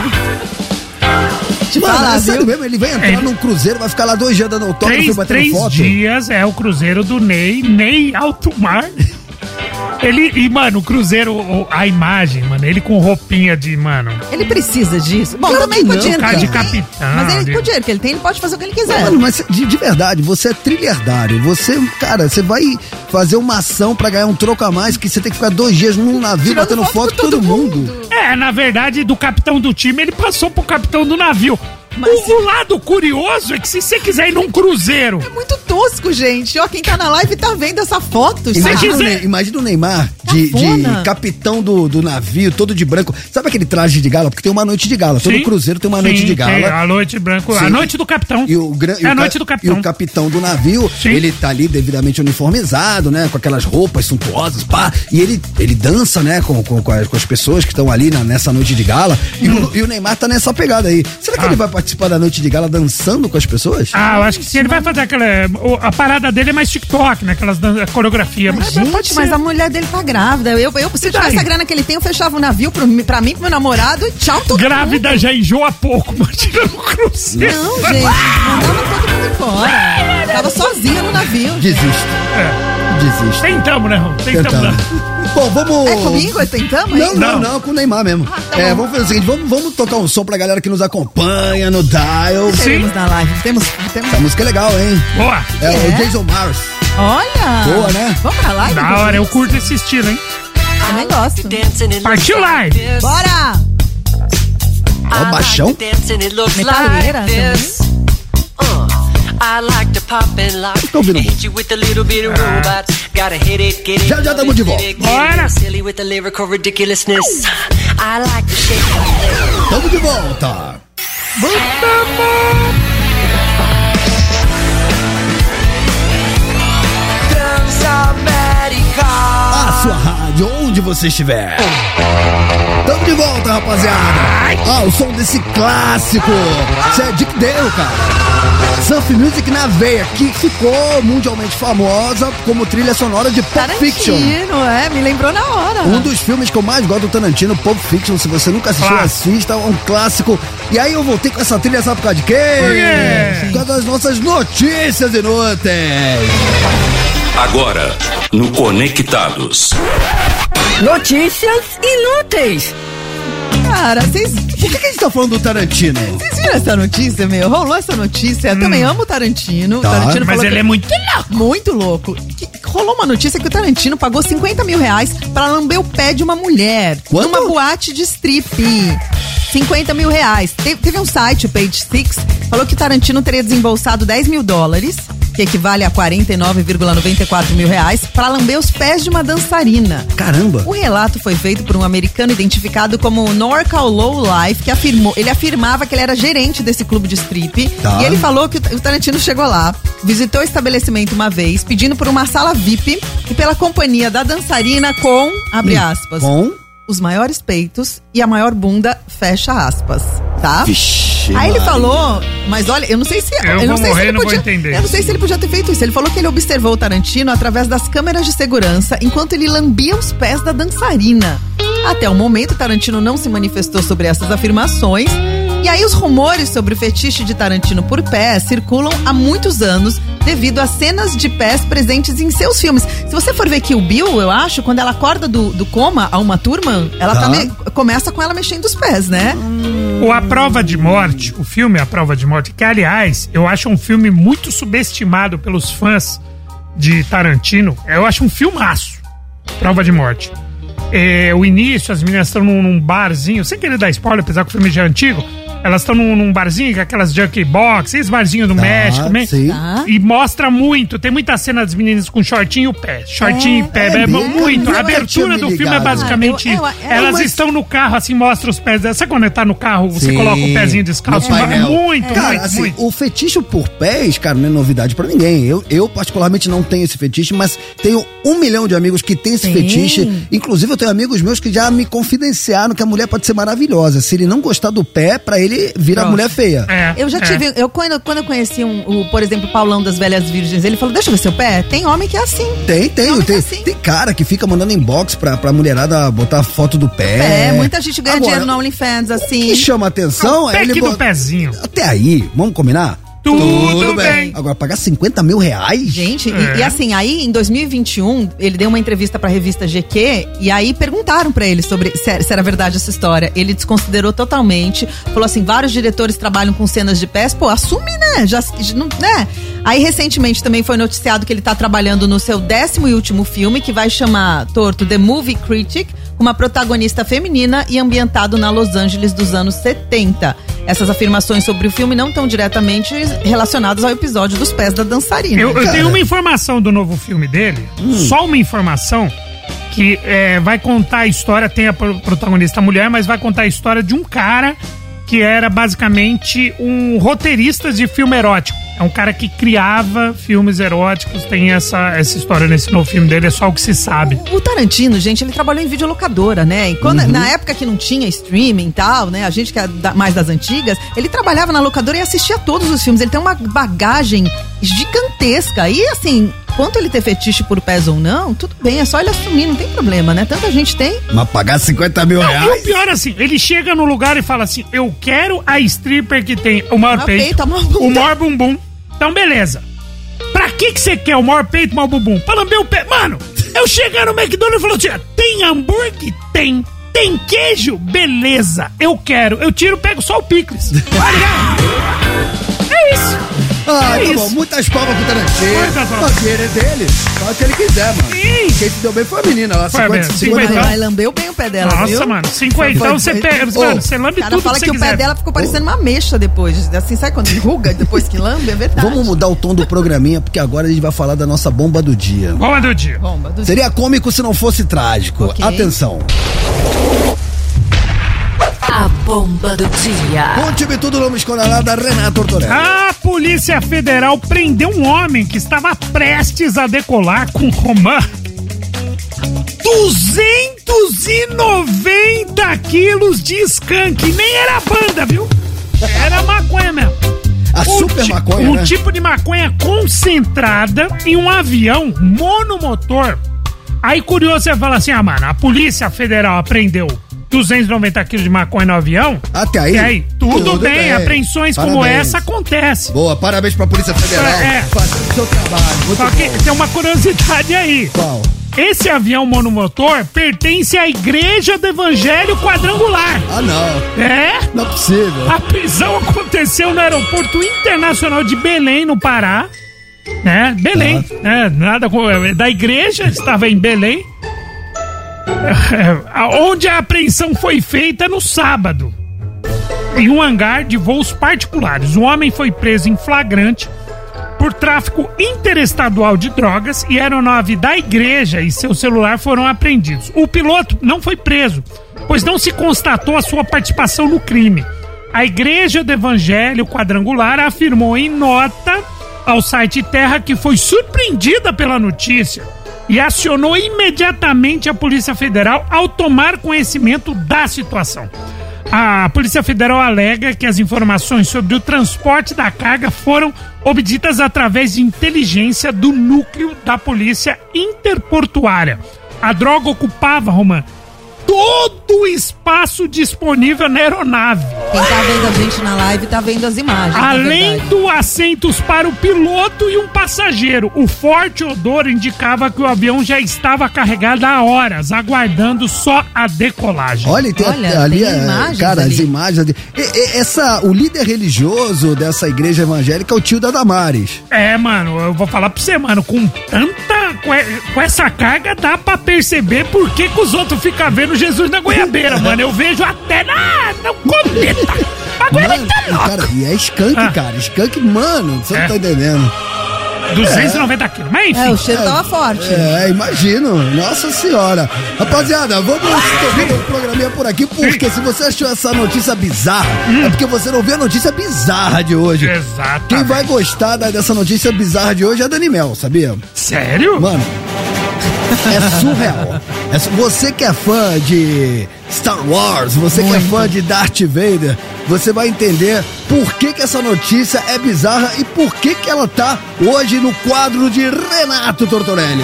Te Mano, falar, é sério viu? mesmo, ele vai entrar Ele- num cruzeiro, vai ficar lá dois dias dando autógrafo e Três, batendo três foto. dias é o Cruzeiro do Ney, Ney Alto Mar. Ele, e, mano, o Cruzeiro, o- a imagem, mano, ele com roupinha de, mano. Ele precisa disso. Bom, Claro também que não, podia. cara de ele tem- capitão, Mas ele, de- com o dinheiro que ele tem, ele pode fazer o que ele quiser. Mano, mas de, de verdade, você é trilhardário. Você, cara, você vai fazer uma ação pra ganhar um troco a mais que você tem que ficar dois dias num navio Tirando batendo foto foto com com todo todo mundo. É, na verdade, do capitão do time, ele passou pro capitão do navio. Mas- O, o lado curioso é que se você quiser ir num cruzeiro, É muito tosco, gente. Ó, quem tá na live tá vendo essa foto. Imagina, sabe? o quiser- Ney- imagina o Neymar de, Cafona. de capitão do, do navio, todo de branco. Sabe aquele traje de gala? Porque tem uma noite de gala. Todo Sim. cruzeiro tem uma noite Sim, de gala. tem a noite branco, a Sim. noite do capitão. E o, gran- e é a o ca- noite do E capitão. o capitão do navio, Sim. ele tá ali devidamente uniformizado, né? Com aquelas roupas suntuosas, pá. E ele, ele dança, né? Com, com, com, as, com as pessoas que estão ali na- nessa noite de gala. E, Hum. o, e o Neymar tá nessa pegada aí. Será que Ah. ele vai participar da noite de gala dançando com as pessoas? Ah, eu acho que sim, ele vai fazer aquela. o- A parada dele é mais TikTok, né? Aquelas dan- coreografia. Mas, Mas, pode gente, mas ser. a mulher dele tá grávida. Eu, eu se eu daí? tivesse a grana que ele tem, eu fechava o navio pro, pra mim, pro meu namorado e tchau, todo Grávida mundo. já enjoa pouco, imagina no cruzeiro. Não, gente, mandava todo mundo embora. Tava sozinha no navio. Desisto. É. Desisto. Tentamos, né, Ron? Tentamos. Tentando. né? Bom, vamos. É comigo? Tentamos, hein? Não, não, Não. não, com o Neymar mesmo. tá é, bom. vamos fazer o seguinte: vamos, vamos tocar um som pra galera que nos acompanha no Dial. Temos na live. Temos, temos... Essa música é legal, hein? Boa. É, É? o Jason Mars. Olha! Boa, né? Vamos pra live? Da hora, eu curto esse estilo, hein? Também gosto. Partiu live. Bora! Ó, o baixão. Metaleira também. Fica ouvindo. Já, já tamo de volta. Bora. Tamo de volta. A sua rádio, onde você estiver. Tamo de volta, rapaziada. Ah, o som desse clássico. Isso é Dick Dale, cara. Surf Music na veia, que ficou mundialmente famosa como trilha sonora de Pulp Fiction. Tarantino, é, me lembrou na hora. Um dos filmes que eu mais gosto do Tarantino, Pulp Fiction. Se você nunca assistiu, Clássico. assista, é um clássico. E aí eu voltei com essa trilha, sabe por causa de quê? quê? Por causa das nossas notícias inúteis. Agora, no Conectados. Notícias inúteis. Cara, vocês... Por que, que a gente tá falando do Tarantino? Vocês viram essa notícia, meu? Rolou essa notícia. Eu também amo o Tarantino. Tá. O Tarantino Mas falou ele que- é muito louco. Muito louco. Que- rolou uma notícia que o Tarantino pagou cinquenta mil reais pra lamber o pé de uma mulher. Quanto? Numa boate de strip. cinquenta mil reais. Te- teve um site, o Page Six, falou que o Tarantino teria desembolsado dez mil dólares, que equivale a quarenta e nove vírgula noventa e quatro mil reais, pra lamber os pés de uma dançarina. Caramba. O relato foi feito por um americano identificado como Norcal Low Life, que afirmou, ele afirmava que ele era gerente desse clube de strip. Tá. E ele falou que o Tarantino chegou lá, visitou o estabelecimento uma vez, pedindo por uma sala V I P e pela companhia da dançarina com, abre aspas, Com? os maiores peitos e a maior bunda, fecha aspas, tá? Vixe, Aí ele Maria. falou, mas olha, eu não sei se Eu não vou sei morrer, se ele não vou podia, entender eu não sei isso. se ele podia ter feito isso. Ele falou que ele observou o Tarantino através das câmeras de segurança enquanto ele lambia os pés da dançarina. Até o momento, o Tarantino não se manifestou sobre essas afirmações. E aí os rumores sobre o fetiche de Tarantino por pés circulam há muitos anos devido a cenas de pés presentes em seus filmes. Se você for ver Kill Bill, eu acho, quando ela acorda do, do coma a Uma Thurman, ela Tá. tá me- começa com ela mexendo os pés, né? O A Prova de Morte, o filme A Prova de Morte, que aliás, eu acho um filme muito subestimado pelos fãs de Tarantino. Eu acho um filmaço, Prova de Morte. É, o início, as meninas estão num, num barzinho, sem querer dar spoiler, apesar que o filme já é antigo, elas estão num, num barzinho, com aquelas junkie box, esses barzinhos do Tá, México também. sim. Tá. E mostra muito, tem muita cena das meninas com shortinho e o pé. Shortinho e pé, é é, mesmo? muito. Eu A não tinha abertura me do filme é ligado. basicamente Ah, eu- isso. eu- eu- Elas mas- estão no carro, assim, mostra os pés. Sabe quando tá no carro, você Sim. coloca o pezinho descalço? No É painel. muito, Cara, muito, assim, muito. o fetiche por pés, cara, não é novidade pra ninguém. Eu, eu particularmente não tenho esse fetiche, mas tenho um milhão de amigos que têm esse Sim. fetiche. Inclusive, eu tenho amigos meus que já me confidenciaram que a mulher pode ser maravilhosa. Se ele não gostar do pé, pra ele vira Pronto. mulher feia. É, Eu já é. tive, eu quando, quando eu conheci um, o, por exemplo, o Paulão das Velhas Virgens, ele falou, deixa eu ver seu pé. Tem homem que é assim. Tem, tem, Não, mas tem, assim- tem cara que fica mandando inbox pra, pra mulherada botar foto do pé. É, muita gente ganha Agora, dinheiro no OnlyFans, O assim. que chama atenção O é ele pack do bota- pezinho. Até aí, vamos combinar? Tudo bem. Agora, pagar cinquenta mil reais? Gente, e- É. e, assim, aí em dois mil e vinte e um, ele deu uma entrevista pra revista G Q e aí perguntaram pra ele sobre se, se era verdade essa história. Ele desconsiderou totalmente, falou assim, vários diretores trabalham com cenas de pés, pô, assume, né? Já, já não- né? Aí recentemente também foi noticiado que ele tá trabalhando no seu décimo e último filme, que vai chamar torto The Movie Critic, com uma protagonista feminina e ambientado na Los Angeles dos anos setenta. Essas afirmações sobre o filme não estão diretamente relacionadas ao episódio dos pés da dançarina. Eu, eu Cara. tenho uma informação do novo filme dele, só uma informação, que é, vai contar a história, tem a pro- protagonista mulher, mas vai contar a história de um cara que era basicamente um roteirista de filme erótico. É um cara que criava filmes eróticos, tem essa, essa história nesse novo filme dele, é só o que se sabe. O Tarantino, gente, ele trabalhou em videolocadora, né? E quando, na época que não tinha streaming e tal, né? A gente que é da- mais das antigas, ele trabalhava na locadora e assistia todos os filmes. Ele tem uma bagagem gigantesca. E assim, quanto ele ter fetiche por pés ou não, tudo bem, é só ele assumir, não tem problema, né? Tanta gente tem. Mas pagar cinquenta mil Não, e reais? o pior assim, ele chega no lugar e fala assim, eu quero a stripper que tem o maior Maior peito, peito, a maior bunda. o maior bumbum. Então beleza. Pra que que você quer o maior peito e o maior bumbum? Pra lamber o pé. Mano, eu chegar no McDonald's e falar assim, tem hambúrguer? Tem. Tem queijo? Beleza, eu quero. Eu tiro, pego só o picles. Tá ligado? É isso. Ah, É tá isso. bom. Muitas palmas pro Tarantino. Muitas palmas. O dinheiro é dele. Faz o que ele quiser, mano. Sim. Quem se deu bem foi a menina lá. Foi a cinquenta, menina. cinquenta. Mas, Então- mas lambeu bem o pé dela, Nossa, viu? mano, cinquentão você pega, Ô, mano, você lambe O cara tudo fala que que, você o pé quiser. dela ficou parecendo uma mexa depois. Assim, sabe quando enruga depois que lambe? É verdade. Vamos mudar o tom do programinha, porque agora a gente vai falar da nossa bomba do dia. Bomba do dia. Bomba do Seria cômico se não fosse trágico. Ok. Atenção. A bomba do dia. Conte-me tudo no Escolarada, Renato Tortorelli. A Polícia Federal prendeu um homem que estava prestes a decolar com romã. duzentos e noventa quilos de skunk. Nem era banda, viu? Era maconha mesmo. A o super ti- maconha, Um né? tipo de maconha concentrada em um avião monomotor. Aí curioso, você fala assim, ah, mano, a Polícia Federal apreendeu duzentos e noventa quilos de maconha no avião. Até aí, E aí, tudo, tudo bem, bem. apreensões como Parabéns. essa acontecem. Boa, parabéns pra Polícia Federal. É. Fazendo o seu trabalho. Muito Só que bom. tem uma curiosidade aí. Qual? Esse avião monomotor pertence à Igreja do Evangelho Quadrangular. Ah, não. É? Não é possível. A prisão aconteceu no Aeroporto Internacional de Belém, no Pará. Né? Belém. Né? Nada com, da igreja, estava em Belém. É, onde a apreensão foi feita no sábado. Em um hangar de voos particulares. O homem foi preso em flagrante por tráfico interestadual de drogas e a aeronave da igreja e seu celular foram apreendidos. O piloto não foi preso, pois não se constatou a sua participação no crime. A Igreja do Evangelho Quadrangular afirmou em nota ao site Terra que foi surpreendida pela notícia e acionou imediatamente a Polícia Federal ao tomar conhecimento da situação. A Polícia Federal alega que as informações sobre o transporte da carga foram obtidas através de inteligência do núcleo da Polícia Interportuária. A droga ocupava, Romano, todo o espaço disponível na aeronave. Quem tá vendo a gente na live tá vendo as imagens. Além do assentos para o piloto e um passageiro. O forte odor indicava que o avião já estava carregado há horas, aguardando só a decolagem. Olha, tem Olha, ali, tem é, imagens cara, ali. as imagens. ali. E- e- essa, o líder religioso dessa igreja evangélica é o tio da Damares. É, mano, eu vou falar pra você, mano, com tanta... Com, e- com essa carga dá pra perceber por que, que os outros ficam vendo Jesus na goiabeira, mano. Eu vejo até na, na cometa. A goiabeira Mano, tá e, louca. cara, e é skunk, Ah. cara. Skunk, mano, você É. não tá entendendo. duzentos e noventa quilos. Mas enfim. É, o cheiro tava forte. É, imagino. Nossa senhora. Rapaziada, vamos terminar o programinha por aqui, porque se você achou essa notícia bizarra, é porque você não viu a notícia bizarra de hoje. Exatamente. Quem vai gostar da- dessa notícia bizarra de hoje é a Dani Mel, sabia? Sério? Mano, é surreal. É su- você que é fã de Star Wars, você que é fã de Darth Vader, você vai entender por que, que essa notícia é bizarra e por que, que ela tá hoje no quadro de Renato Tortorelli.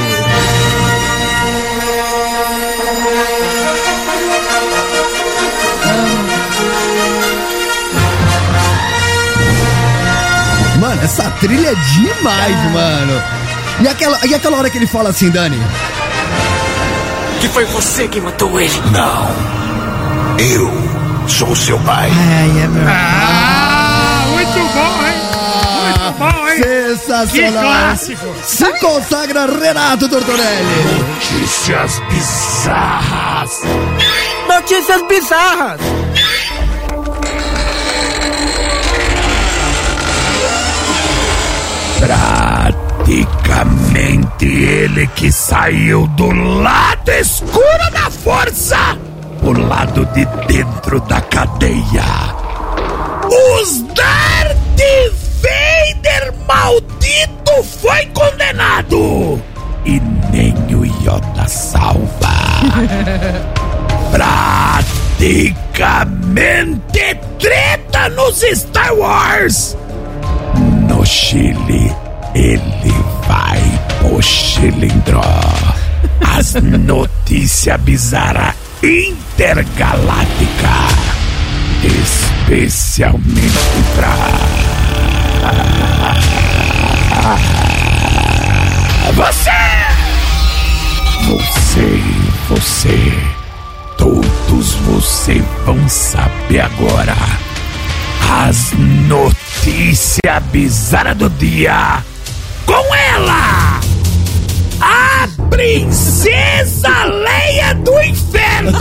Mano, essa trilha é demais, mano. E aquela, e aquela hora que ele fala assim, Dani? Que foi você que matou ele? Não. Eu sou seu pai. Ai, é meu. Ah, muito bom, hein? Muito bom, hein? Sensacional. Que clássico. Se consagra Renato Tortorelli. Notícias bizarras. Notícias bizarras. Praticamente ele que saiu do lado escuro da força, o lado de dentro da cadeia. Os Darth Vader maldito foi condenado e nem o Yoda salva. Praticamente treta nos Star Wars. No Chile, ele vai pro Chilindró. As notícias bizarras intergaláctica, especialmente pra você. Você, você, todos vocês vão saber agora as notícias bizarras do dia com ela, a Princesa Leia do Inferno.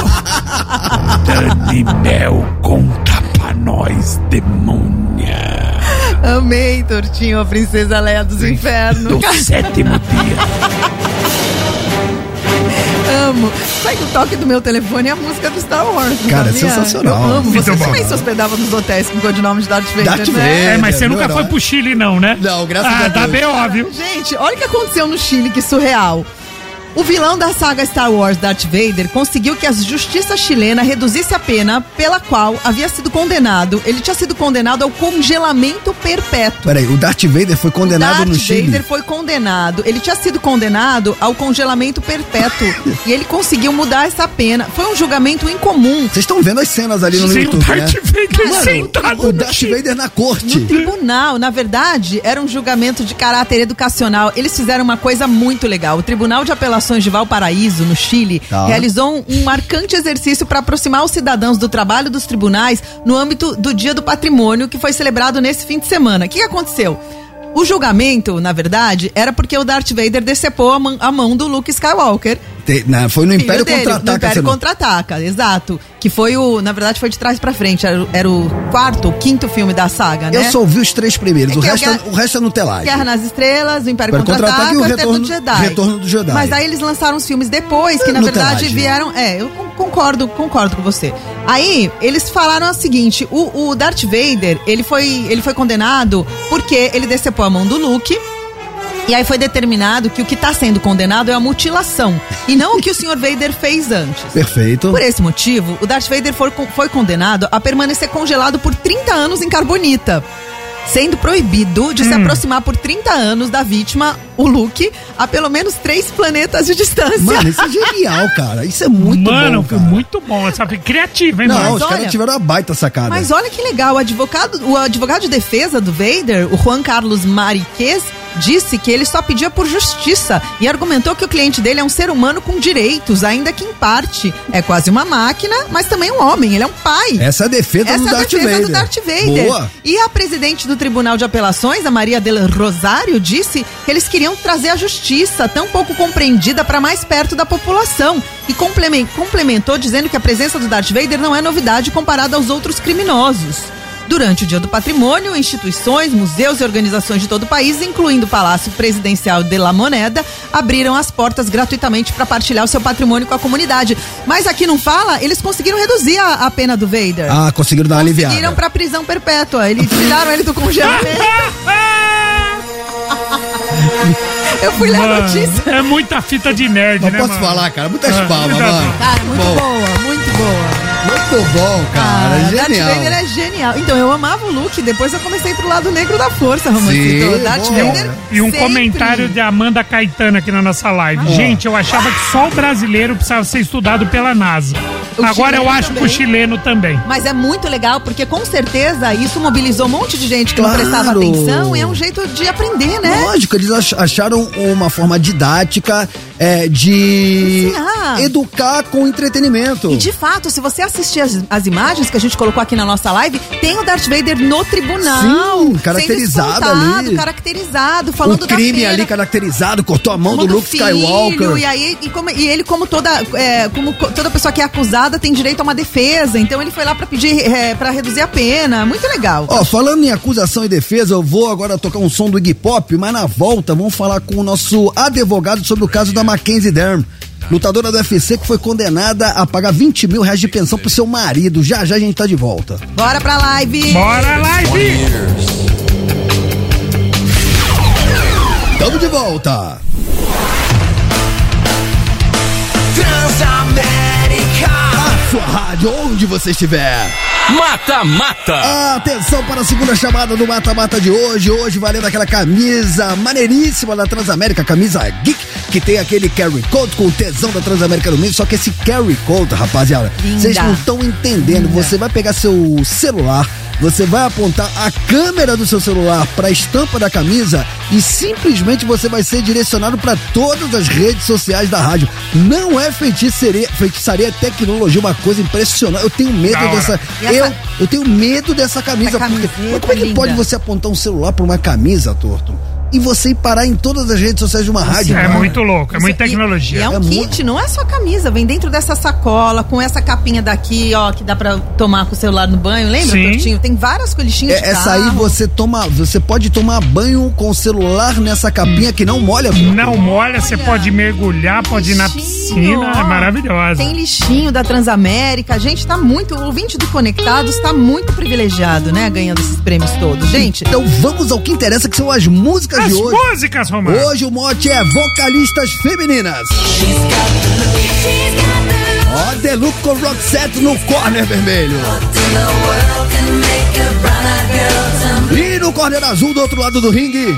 Dani Mel, conta pra nós, demônia. Amei, Tortinho, a Princesa Leia dos Infernos. Do sétimo dia. Amo. Sabe segue o toque do meu telefone e a música do Star Wars. Cara, é sabia? sensacional. Eu amo. Muito Você bom. também se hospedava nos hotéis com o codinome de Darth Vader, Darth né? Vader. É, mas você Meu nunca herói. foi pro Chile, não, né? Não, graças ah, a Deus. tá bem óbvio. Gente, olha o que aconteceu no Chile, que surreal. O vilão da saga Star Wars, Darth Vader, conseguiu que a justiça chilena reduzisse a pena pela qual havia sido condenado. Ele tinha sido condenado ao congelamento perpétuo. Peraí, o Darth Vader foi condenado Darth no Chile? Vader foi condenado. Ele tinha sido condenado ao congelamento perpétuo. E ele conseguiu mudar essa pena. Foi um julgamento incomum. Vocês estão vendo as cenas ali no Sim, YouTube, o Darth né? Vader Mano, sentado o no Darth Chile. Vader na corte. No tribunal, na verdade, era um julgamento de caráter educacional. Eles fizeram uma coisa muito legal. O Tribunal de Apelações de Valparaíso, no Chile, Tá. realizou um, um marcante exercício para aproximar os cidadãos do trabalho dos tribunais no âmbito do Dia do Patrimônio, que foi celebrado nesse fim de semana. O que aconteceu? O julgamento, na verdade, era porque o Darth Vader decepou a, man- a mão do Luke Skywalker. Te- na- foi no filho Império dele, Contra-Ataca. No Império você não- Contra-Ataca, exato. Que foi o, na verdade, foi de trás pra frente. Era, o- era o quarto, o quinto filme da saga, né? Eu só ouvi os três primeiros, É o, que resto, eu é- o resto é Nutelagem. Guerra nas Estrelas, o Império Império Contra-Ataca Contra-Ataca e o e o Retorno Retorno- do Jedi. Retorno do Jedi. Mas aí eles lançaram os filmes depois, que É, na verdade Nutelagem. vieram... É, eu con- concordo, concordo com você. Aí, eles falaram o seguinte, o, o Darth Vader, ele foi, ele foi condenado porque ele decepou a mão do Luke. E aí foi determinado que o que está sendo condenado é a mutilação. E não o que o senhor Vader fez antes. Perfeito. Por esse motivo, o Darth Vader foi, foi condenado a permanecer congelado por trinta anos em carbonita, sendo proibido de se aproximar por trinta anos da vítima, o Luke, a pelo menos três planetas de distância. Mano, isso é genial, cara. Isso é muito Mano, bom, foi cara. muito bom. Sabe? Criativo, hein, Não, mano? os olha- caras tiveram uma baita sacada. Mas olha que legal, o advogado, o advogado de defesa do Vader, o Juan Carlos Mariquez, disse que ele só pedia por justiça e argumentou que o cliente dele é um ser humano com direitos, ainda que em parte é quase uma máquina, mas também um homem, ele é um pai. Essa é a defesa Essa do é a Darth defesa Vader. do Darth Vader. Boa. E a presidente do Tribunal de Apelações, a Maria del Rosário, disse que eles queriam trazer a justiça, tão pouco compreendida, para mais perto da população. E complemen- complementou dizendo que a presença do Darth Vader não é novidade comparada aos outros criminosos. Durante o Dia do Patrimônio, instituições, museus e organizações de todo o país, incluindo o Palácio Presidencial de La Moneda, abriram as portas gratuitamente para partilhar o seu patrimônio com a comunidade. Mas aqui não fala, eles conseguiram reduzir a, a pena do Vader. Ah, conseguiram dar uma aliviada. Conseguiram pra prisão perpétua. Eles tiraram ele do congelamento. Eu fui ler a Mano, notícia. é muita fita de nerd, Não né, posso mano? falar, cara. Muitas Ah, palmas, muita- mano. Cara, muito Bom. boa, muito boa. Muito bom, cara. Ah, Darth Genial. Vader é genial. Então, eu amava o Luke, depois eu comecei pro lado negro da força, Romancito. Sim, Darth boa. Vader E um sempre. comentário de Amanda Caetano aqui na nossa live. Gente, eu achava que só o brasileiro precisava ser estudado pela NASA. O Agora eu chileno acho que o também. chileno também. Mas é muito legal, porque com certeza isso mobilizou um monte de gente que Claro. não prestava atenção e é um jeito de aprender, né? Lógico, eles ach- acharam uma forma didática é, de Ensinar. educar com entretenimento. E de fato, se você assistir as, as imagens que a gente colocou aqui na nossa live, tem o Darth Vader no tribunal. Sim, caracterizado sendo escoltado, ali. caracterizado, O falando crime da pena. ali caracterizado, cortou a mão do Como Luke filho, Skywalker. E, aí, e, como- e ele, como toda, é, como co- toda pessoa que é acusada, tem direito a uma defesa. Então ele foi lá pra pedir, é, pra reduzir a pena. Muito legal. Ó, falando em acusação e defesa, eu vou agora tocar um som do Iggy Pop, mas na volta vamos falar com o nosso advogado sobre o caso da Mackenzie Dern, lutadora do U F C que foi condenada a pagar vinte mil reais de pensão pro seu marido. Já já a gente tá de volta. Bora pra live. Bora, live! Tamo de volta. Transamérica. A sua rádio, onde você estiver. Mata Mata. Atenção para a segunda chamada do Mata Mata de hoje. Hoje valendo aquela camisa maneiríssima da Transamérica, camisa Geek, que tem aquele carry coat com o tesão da Transamérica no meio. Só que esse carry coat, rapaziada, Linda. vocês não estão entendendo. Você vai pegar seu celular, você vai apontar a câmera do seu celular para a estampa da camisa e simplesmente você vai ser direcionado para todas as redes sociais da rádio. Não é feitiçaria, feitiçaria, é tecnologia, uma coisa impressionante. Eu tenho medo Da hora. dessa. E essa- Eu, eu tenho medo dessa camisa. Essa Porque, camiseta mas como é que linda. pode você apontar um celular para uma camisa, Torto? E você ir parar em todas as redes sociais de uma rádio? É cara? muito louco, é muita E- tecnologia. E é um É kit, muito- não é só camisa. Vem dentro dessa sacola, com essa capinha daqui, ó, que dá pra tomar com o celular no banho. Lembra, Sim. Tortinho? Tem várias colichinhas de É, essa aí carro. você toma, você pode tomar banho com o celular nessa capinha que não molha. Torto. Não molha, você pode mergulhar, pode ir na Gente, piscina é maravilhosa. Tem lixinho da Transamérica. A gente tá muito, o ouvinte do Conectados tá muito privilegiado, né? Ganhando esses prêmios todos, gente. Então vamos ao que interessa, que são as músicas as de hoje. As músicas, Romano. Hoje o mote é vocalistas femininas. Ó, The Look com Roxette no corner vermelho. E no corner azul, do outro lado do ringue,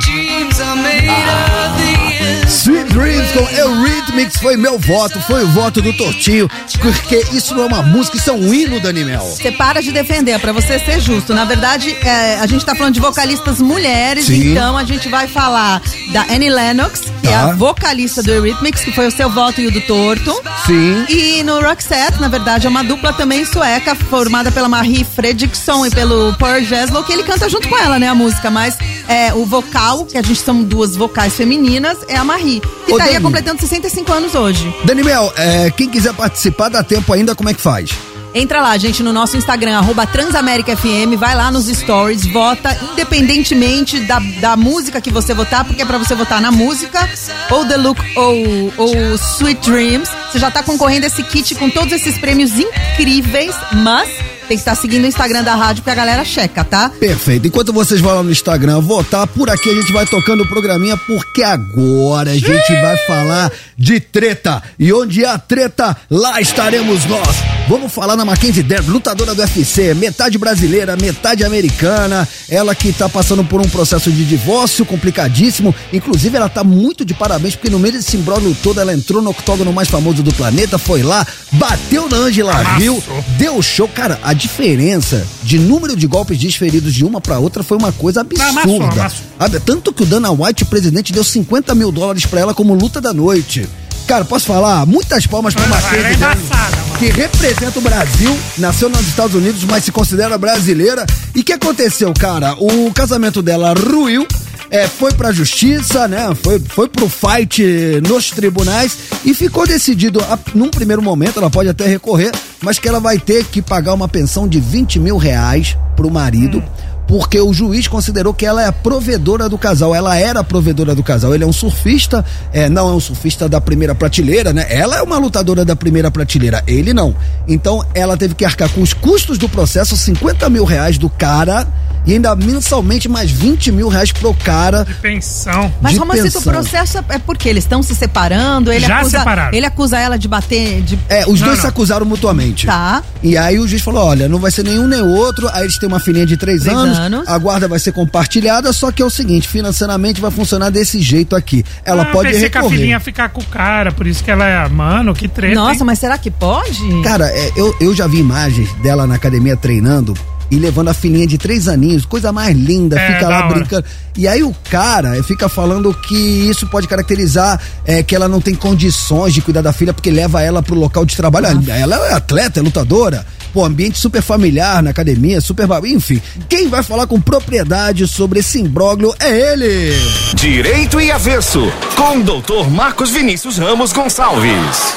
ah, Sweet Dreams com Eurythmics foi meu voto, foi o voto do Tortinho, porque isso não é uma música, isso é um hino, Daniel. Você para de defender, pra você ser justo. Na verdade, é, a gente tá falando de vocalistas mulheres, Sim. então a gente vai falar da Annie Lennox, que tá. é a vocalista do Eurythmics, que foi o seu voto e o do Torto. Sim. E no Roxette, na verdade, é uma dupla também sueca, formada pela Marie Fredriksson e pelo Paul Gessler, que ele canta junto com ela, né, a música, mas é, o vocal, que a gente são duas vocais femininas, é a Marie, que Ô, estaria Dani, completando sessenta e cinco anos hoje. Daniel, é, quem quiser participar, dá tempo ainda, como é que faz? Entra lá, gente, no nosso Instagram, arroba Transamérica F M, vai lá nos stories, vota independentemente da, da música que você votar, porque é pra você votar na música, ou The Look, ou, ou Sweet Dreams. Você já tá concorrendo a esse kit com todos esses prêmios incríveis, mas tem que estar seguindo o Instagram da rádio, porque a galera checa, tá? Perfeito. Enquanto vocês vão lá no Instagram votar, por aqui a gente vai tocando o programinha, porque agora a gente vai falar de treta. E onde há treta, lá estaremos nós. Vamos falar na Mackenzie Dern, lutadora do U F C, metade brasileira, metade americana. Ela que tá passando por um processo de divórcio complicadíssimo. Inclusive, ela tá muito de parabéns, porque no meio desse imbróglio todo, ela entrou no octógono mais famoso do planeta, foi lá, bateu na Angela Hill, deu show. Cara, a diferença de número de golpes desferidos de uma pra outra foi uma coisa absurda. Amassou, amassou. Tanto que o Dana White, o presidente, deu cinquenta mil dólares pra ela como luta da noite. Cara, posso falar? Muitas palmas pra Mackenzie Dern, que representa o Brasil, nasceu nos Estados Unidos, mas se considera brasileira. E o que aconteceu, cara? O casamento dela ruiu, é, foi pra justiça, né? Foi, foi pro fight nos tribunais e ficou decidido, a, num primeiro momento, ela pode até recorrer, mas que ela vai ter que pagar uma pensão de vinte mil reais pro marido. Hum. Porque o juiz considerou que ela é a provedora do casal, ela era a provedora do casal. Ele é um surfista, é, não é um surfista da primeira prateleira, né? Ela é uma lutadora da primeira prateleira, ele não. Então ela teve que arcar com os custos do processo, cinquenta mil reais do cara e ainda mensalmente mais vinte mil reais pro cara. De pensão. Mas, Romancito, o processo é porque eles estão se separando, ele Já acusa, separaram. ele acusa ela de bater... De... É, os não, dois não. se acusaram mutuamente. Tá. E aí o juiz falou, olha, não vai ser nenhum nem outro, aí eles têm uma filhinha de três, três anos, anos, a guarda vai ser compartilhada, só que é o seguinte, financeiramente vai funcionar desse jeito aqui. Ela ah, pode recorrer. Que a filhinha ficar com o cara, por isso que ela é, mano, que treta. Nossa, hein? mas será que pode? Cara, é, eu, eu já vi imagens dela na academia treinando e levando a filhinha de três aninhos, coisa mais linda, é, fica lá brincando. E aí o cara fica falando que isso pode caracterizar é, que ela não tem condições de cuidar da filha porque leva ela pro local de trabalho. Ah. Ela é atleta, é lutadora. Pô, ambiente super familiar na academia, super... Enfim, quem vai falar com propriedade sobre esse imbróglio é ele! Direito e Avesso, com o doutor Marcos Vinícius Ramos Gonçalves.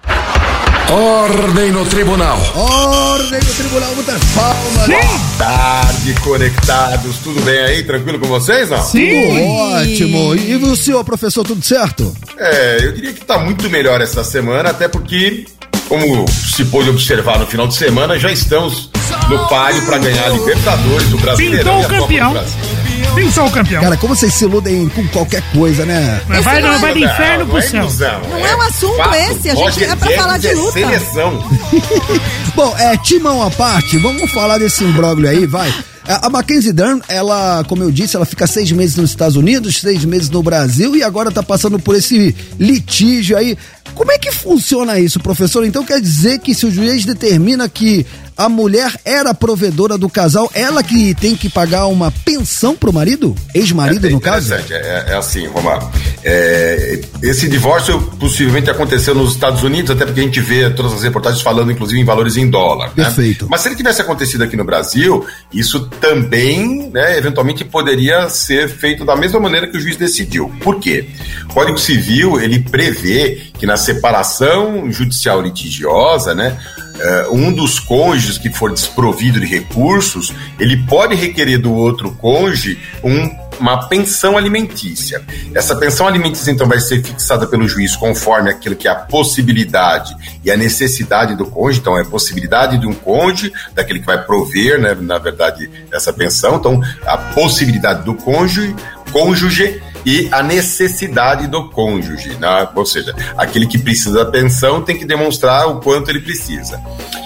Ordem no tribunal. Ordem no tribunal, muitas palmas. Boa tarde, conectados. Tudo bem aí? Tranquilo com vocês, não? Sim. Tudo ótimo. E o senhor, professor, tudo certo? É, eu diria que tá muito melhor essa semana, até porque, como se pôde observar no final de semana, já estamos no páreo para ganhar a Libertadores, o Brasileirão e a Copa do Brasil. Pintou o campeão. Cara, como vocês se iludem com qualquer coisa, né? Mas vai, não, vai do inferno pro é céu. Ilusão, não é, é um assunto fato. Esse, a gente Roger é pra Guedes falar de luta. É seleção. Bom, é, timão à parte, vamos falar desse imbróglio aí, vai. A Mackenzie Dern, ela, como eu disse, ela fica seis meses nos Estados Unidos, seis meses no Brasil e agora tá passando por esse litígio aí. Como é que funciona isso, professor? Então quer dizer que se o juiz determina que a mulher era provedora do casal, ela que tem que pagar uma pensão pro marido? Ex-marido, é, no caso? É, é assim, Romário. É, esse divórcio possivelmente aconteceu nos Estados Unidos, até porque a gente vê todas as reportagens falando, inclusive, em valores em dólar. Perfeito. Né? Mas se ele tivesse acontecido aqui no Brasil, isso também, né, eventualmente poderia ser feito da mesma maneira que o juiz decidiu. Por quê? O Código Civil, ele prevê que na separação judicial litigiosa, né, Uh, um dos cônjuges que for desprovido de recursos, ele pode requerer do outro cônjuge um uma pensão alimentícia. Essa pensão alimentícia, então, vai ser fixada pelo juiz conforme aquilo que é a possibilidade e a necessidade do cônjuge. Então, é a possibilidade de um cônjuge, daquele que vai prover, né, na verdade, essa pensão. Então, a possibilidade do cônjuge, cônjuge e a necessidade do cônjuge, né? Ou seja, aquele que precisa da pensão tem que demonstrar o quanto ele precisa.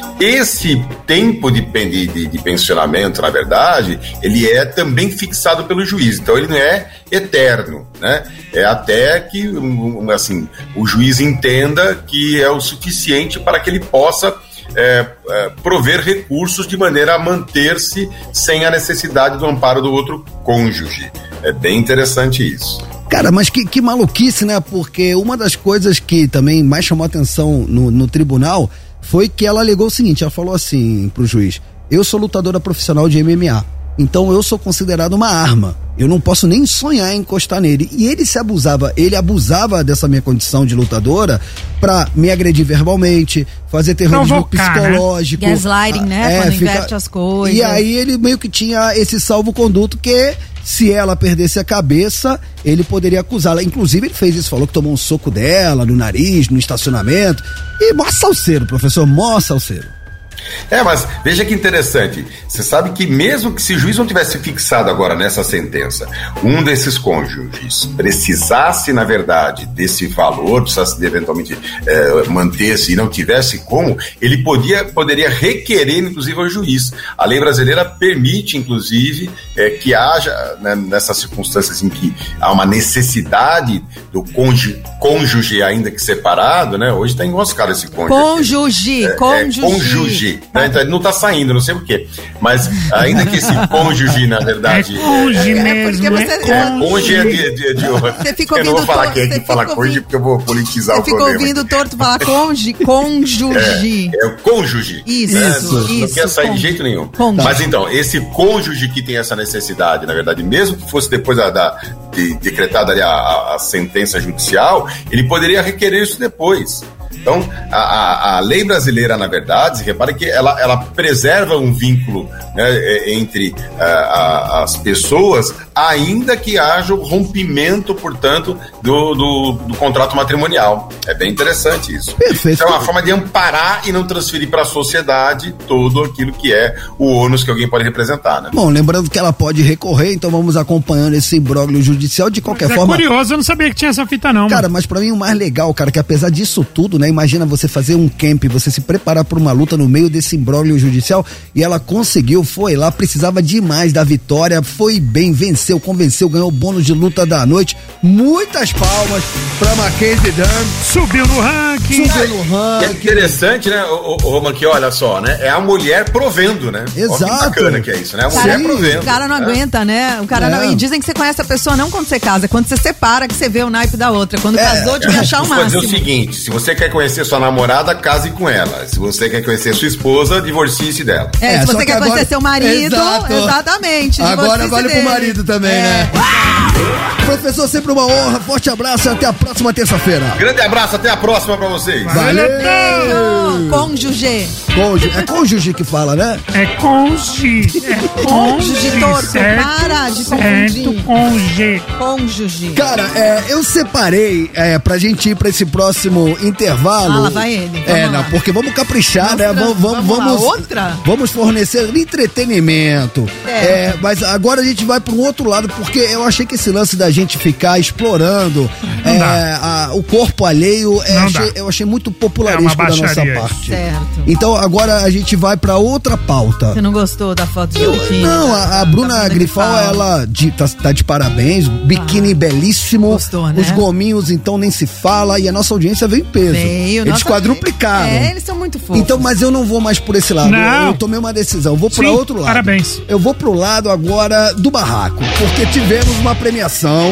Esse tempo de, de, de pensionamento, na verdade, ele é também fixado pelo juiz, então ele não é eterno, né? É até que, assim, o juiz entenda que é o suficiente para que ele possa é, é, prover recursos de maneira a manter-se sem a necessidade do amparo do outro cônjuge. É bem interessante isso. Cara, mas que, que maluquice, né? Porque uma das coisas que também mais chamou atenção no, no tribunal foi que ela alegou o seguinte, ela falou assim pro juiz: eu sou lutadora profissional de M M A, então eu sou considerado uma arma, eu não posso nem sonhar em encostar nele. E ele se abusava, ele abusava dessa minha condição de lutadora pra me agredir verbalmente, fazer terrorismo Provocar, psicológico. Né? Gaslighting, né? É, Quando fica... inverte as coisas. E aí ele meio que tinha esse salvo-conduto que, se ela perdesse a cabeça, ele poderia acusá-la. Inclusive, ele fez isso, falou que tomou um soco dela no nariz, no estacionamento. E mó salseiro, professor, mó salseiro. É, mas veja que interessante, você sabe que mesmo que se o juiz não tivesse fixado agora nessa sentença, um desses cônjuges precisasse, na verdade, desse valor, precisasse de, eventualmente é, manter-se e não tivesse como, ele podia, poderia requerer, inclusive, ao juiz. A lei brasileira permite, inclusive, é, que haja, né, nessas circunstâncias em que há uma necessidade do cônjuge, cônjuge ainda que separado, né, hoje está enroscado esse cônjuge. Cônjuge, é, cônjuge. É, cônjuge. Né? Então ele não tá saindo, não sei porquê. Mas ainda que esse cônjuge, na verdade. É cônjuge é, mesmo. É, você, é, cônjuge é de. de, de você fica eu não vou falar tor- quem é que fala cônjuge, porque eu vou politizar você o problema. Você fica ouvindo torto falar cônjuge, cônjuge. É, é o cônjuge. Isso, né? isso. Não, não isso, quer sair cônjuge. de jeito nenhum. Cônjuge. Mas então, esse cônjuge que tem essa necessidade, na verdade, mesmo que fosse depois da, da de, decretada ali a, a, a sentença judicial, ele poderia requerer isso depois. Então, a, a, a lei brasileira, na verdade, repara que ela, ela preserva um vínculo, né, entre a, a, as pessoas, ainda que haja o rompimento, portanto, do, do, do contrato matrimonial. É bem interessante isso. Perfeito. Então, é uma forma de amparar e não transferir para a sociedade todo aquilo que é o ônus que alguém pode representar, né? Bom, lembrando que ela pode recorrer, então vamos acompanhando esse imbróglio judicial de qualquer mas forma. É curioso, eu não sabia que tinha essa fita não. Cara, mas pra mim o mais legal, cara, que apesar disso tudo, né, imagina você fazer um camp, você se preparar pra uma luta no meio desse imbróglio judicial, e ela conseguiu, foi lá, precisava demais da vitória, foi bem, venceu, convenceu, ganhou o bônus de luta da noite. Muitas palmas pra Mackenzie Dern. Subiu no ranking. Subiu no ranking. É interessante, né, o, o Roman, que olha só, né, é a mulher provendo, né? Exato. Olha que bacana que é isso, né? A Cara, mulher provendo. O cara não né? aguenta, né? O cara É. não. E dizem que você conhece a pessoa não quando você casa, é quando você separa que você vê o naipe da outra. Quando É. casou, de achar o Vou dizer máximo. o seguinte, se você quer conhecer sua namorada, case com ela. Se você quer conhecer sua esposa, divorcie-se dela. É, É, se só você que quer agora- conhecer seu marido, Exato. exatamente. Agora divorcie-se vale pro dele. marido também, É. né? Professor, sempre uma honra, forte abraço e até a próxima terça-feira. Grande abraço, até a próxima pra vocês. Valeu! Beijo, cônjuge. Cônjuge, é cônjuge que fala, né? É cônjuge. É cônjuge. Cônjuge torto, certo, para de certo, confundir. cônjuge. Cônjuge. Cara, é, eu separei é, pra gente ir pra esse próximo intervalo. Ah, lá vai ele. É, Vamos não, lá. porque vamos caprichar, Mostra- né? Vamos, vamos, vamos lá, vamos, outra? vamos fornecer entretenimento. É. É, mas agora a gente vai para um outro lado, porque eu achei que esse lance da gente ficar explorando Não é, dá. a- o corpo alheio, é, Não achei- dá. eu achei muito É popularesco uma da nossa baixaria parte. Certo. Então agora a gente vai pra outra pauta. Você não gostou da foto de Eu- biquíni? não, a, a Bruna Da Grifal, Grifal. ela de- tá, tá de parabéns, biquíni belíssimo, Gostou, né? os gominhos então nem se fala, e a nossa audiência veio em peso. Veio, Eles nossa- quadruplicaram. É, eles são muito fofos. Então, mas eu não vou mais por esse lado. Não. Eu, eu tomei uma decisão. Eu vou para Sim, outro lado. parabéns. Eu vou pro lado agora do barraco, porque tivemos uma premiação.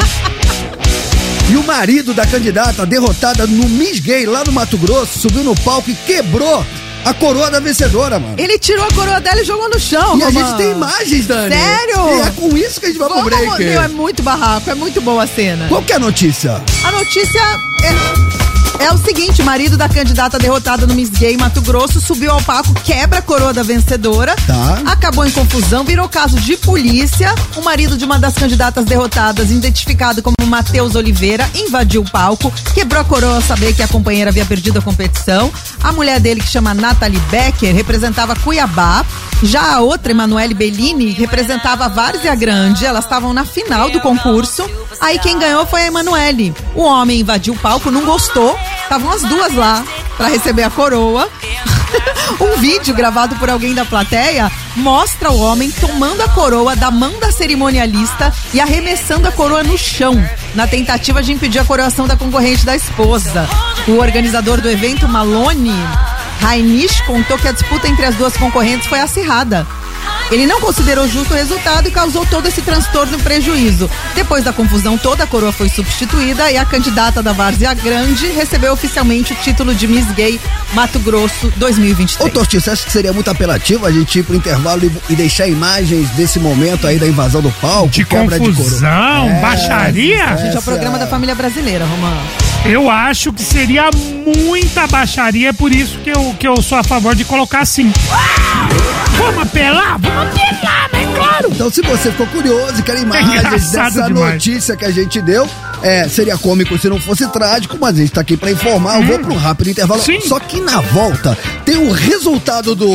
E o marido da candidata derrotada no Miss Gay lá no Mato Grosso subiu no palco e quebrou a coroa da vencedora, mano. Ele tirou a coroa dela e jogou no chão, E a Romã. gente tem imagens, Dani. Sério? E é com isso que a gente vai pro Vamos, break. meu, é muito barraco, é muito boa a cena. Qual que é a notícia? A notícia é... É o seguinte, o marido da candidata derrotada no Miss Gay Mato Grosso subiu ao palco, quebra a coroa da vencedora, Tá. acabou em confusão, virou caso de polícia. O marido de uma das candidatas derrotadas, identificado como Matheus Oliveira, invadiu o palco, quebrou a coroa ao saber que a companheira havia perdido a competição. A mulher dele, que chama Nathalie Becker, representava Cuiabá. Já a outra, Emanuele Bellini, representava Várzea Grande. Elas estavam na final do concurso. Aí quem ganhou foi a Emanuele. O homem invadiu o palco, não gostou. Estavam as duas lá pra receber a coroa. Um vídeo gravado por alguém da plateia mostra o homem tomando a coroa da mão da cerimonialista e arremessando a coroa no chão, na tentativa de impedir a coroação da concorrente da esposa. O organizador do evento, Malone Rainish, contou que a disputa entre as duas concorrentes foi acirrada. Ele não considerou justo o resultado e causou todo esse transtorno e prejuízo. Depois da confusão toda, a coroa foi substituída e a candidata da Várzea Grande recebeu oficialmente o título de Miss Gay Mato Grosso dois mil e vinte e três. Ô, Tortinho, você acha que seria muito apelativo a gente ir pro intervalo e, e deixar imagens desse momento aí da invasão do palco? De quebra confusão, de coroa? baixaria? A gente é o programa da família brasileira, Romano. Eu acho que seria muita baixaria, é por isso que eu, que eu sou a favor de colocar assim. Vamos apelar? Vamos apelar, né? Claro! Então, se você ficou curioso e quer imagens engraçado dessa demais. notícia que a gente deu, é, seria cômico se não fosse trágico, mas a gente tá aqui pra informar. Eu vou pra um rápido intervalo. Sim. Só que na volta tem o resultado do...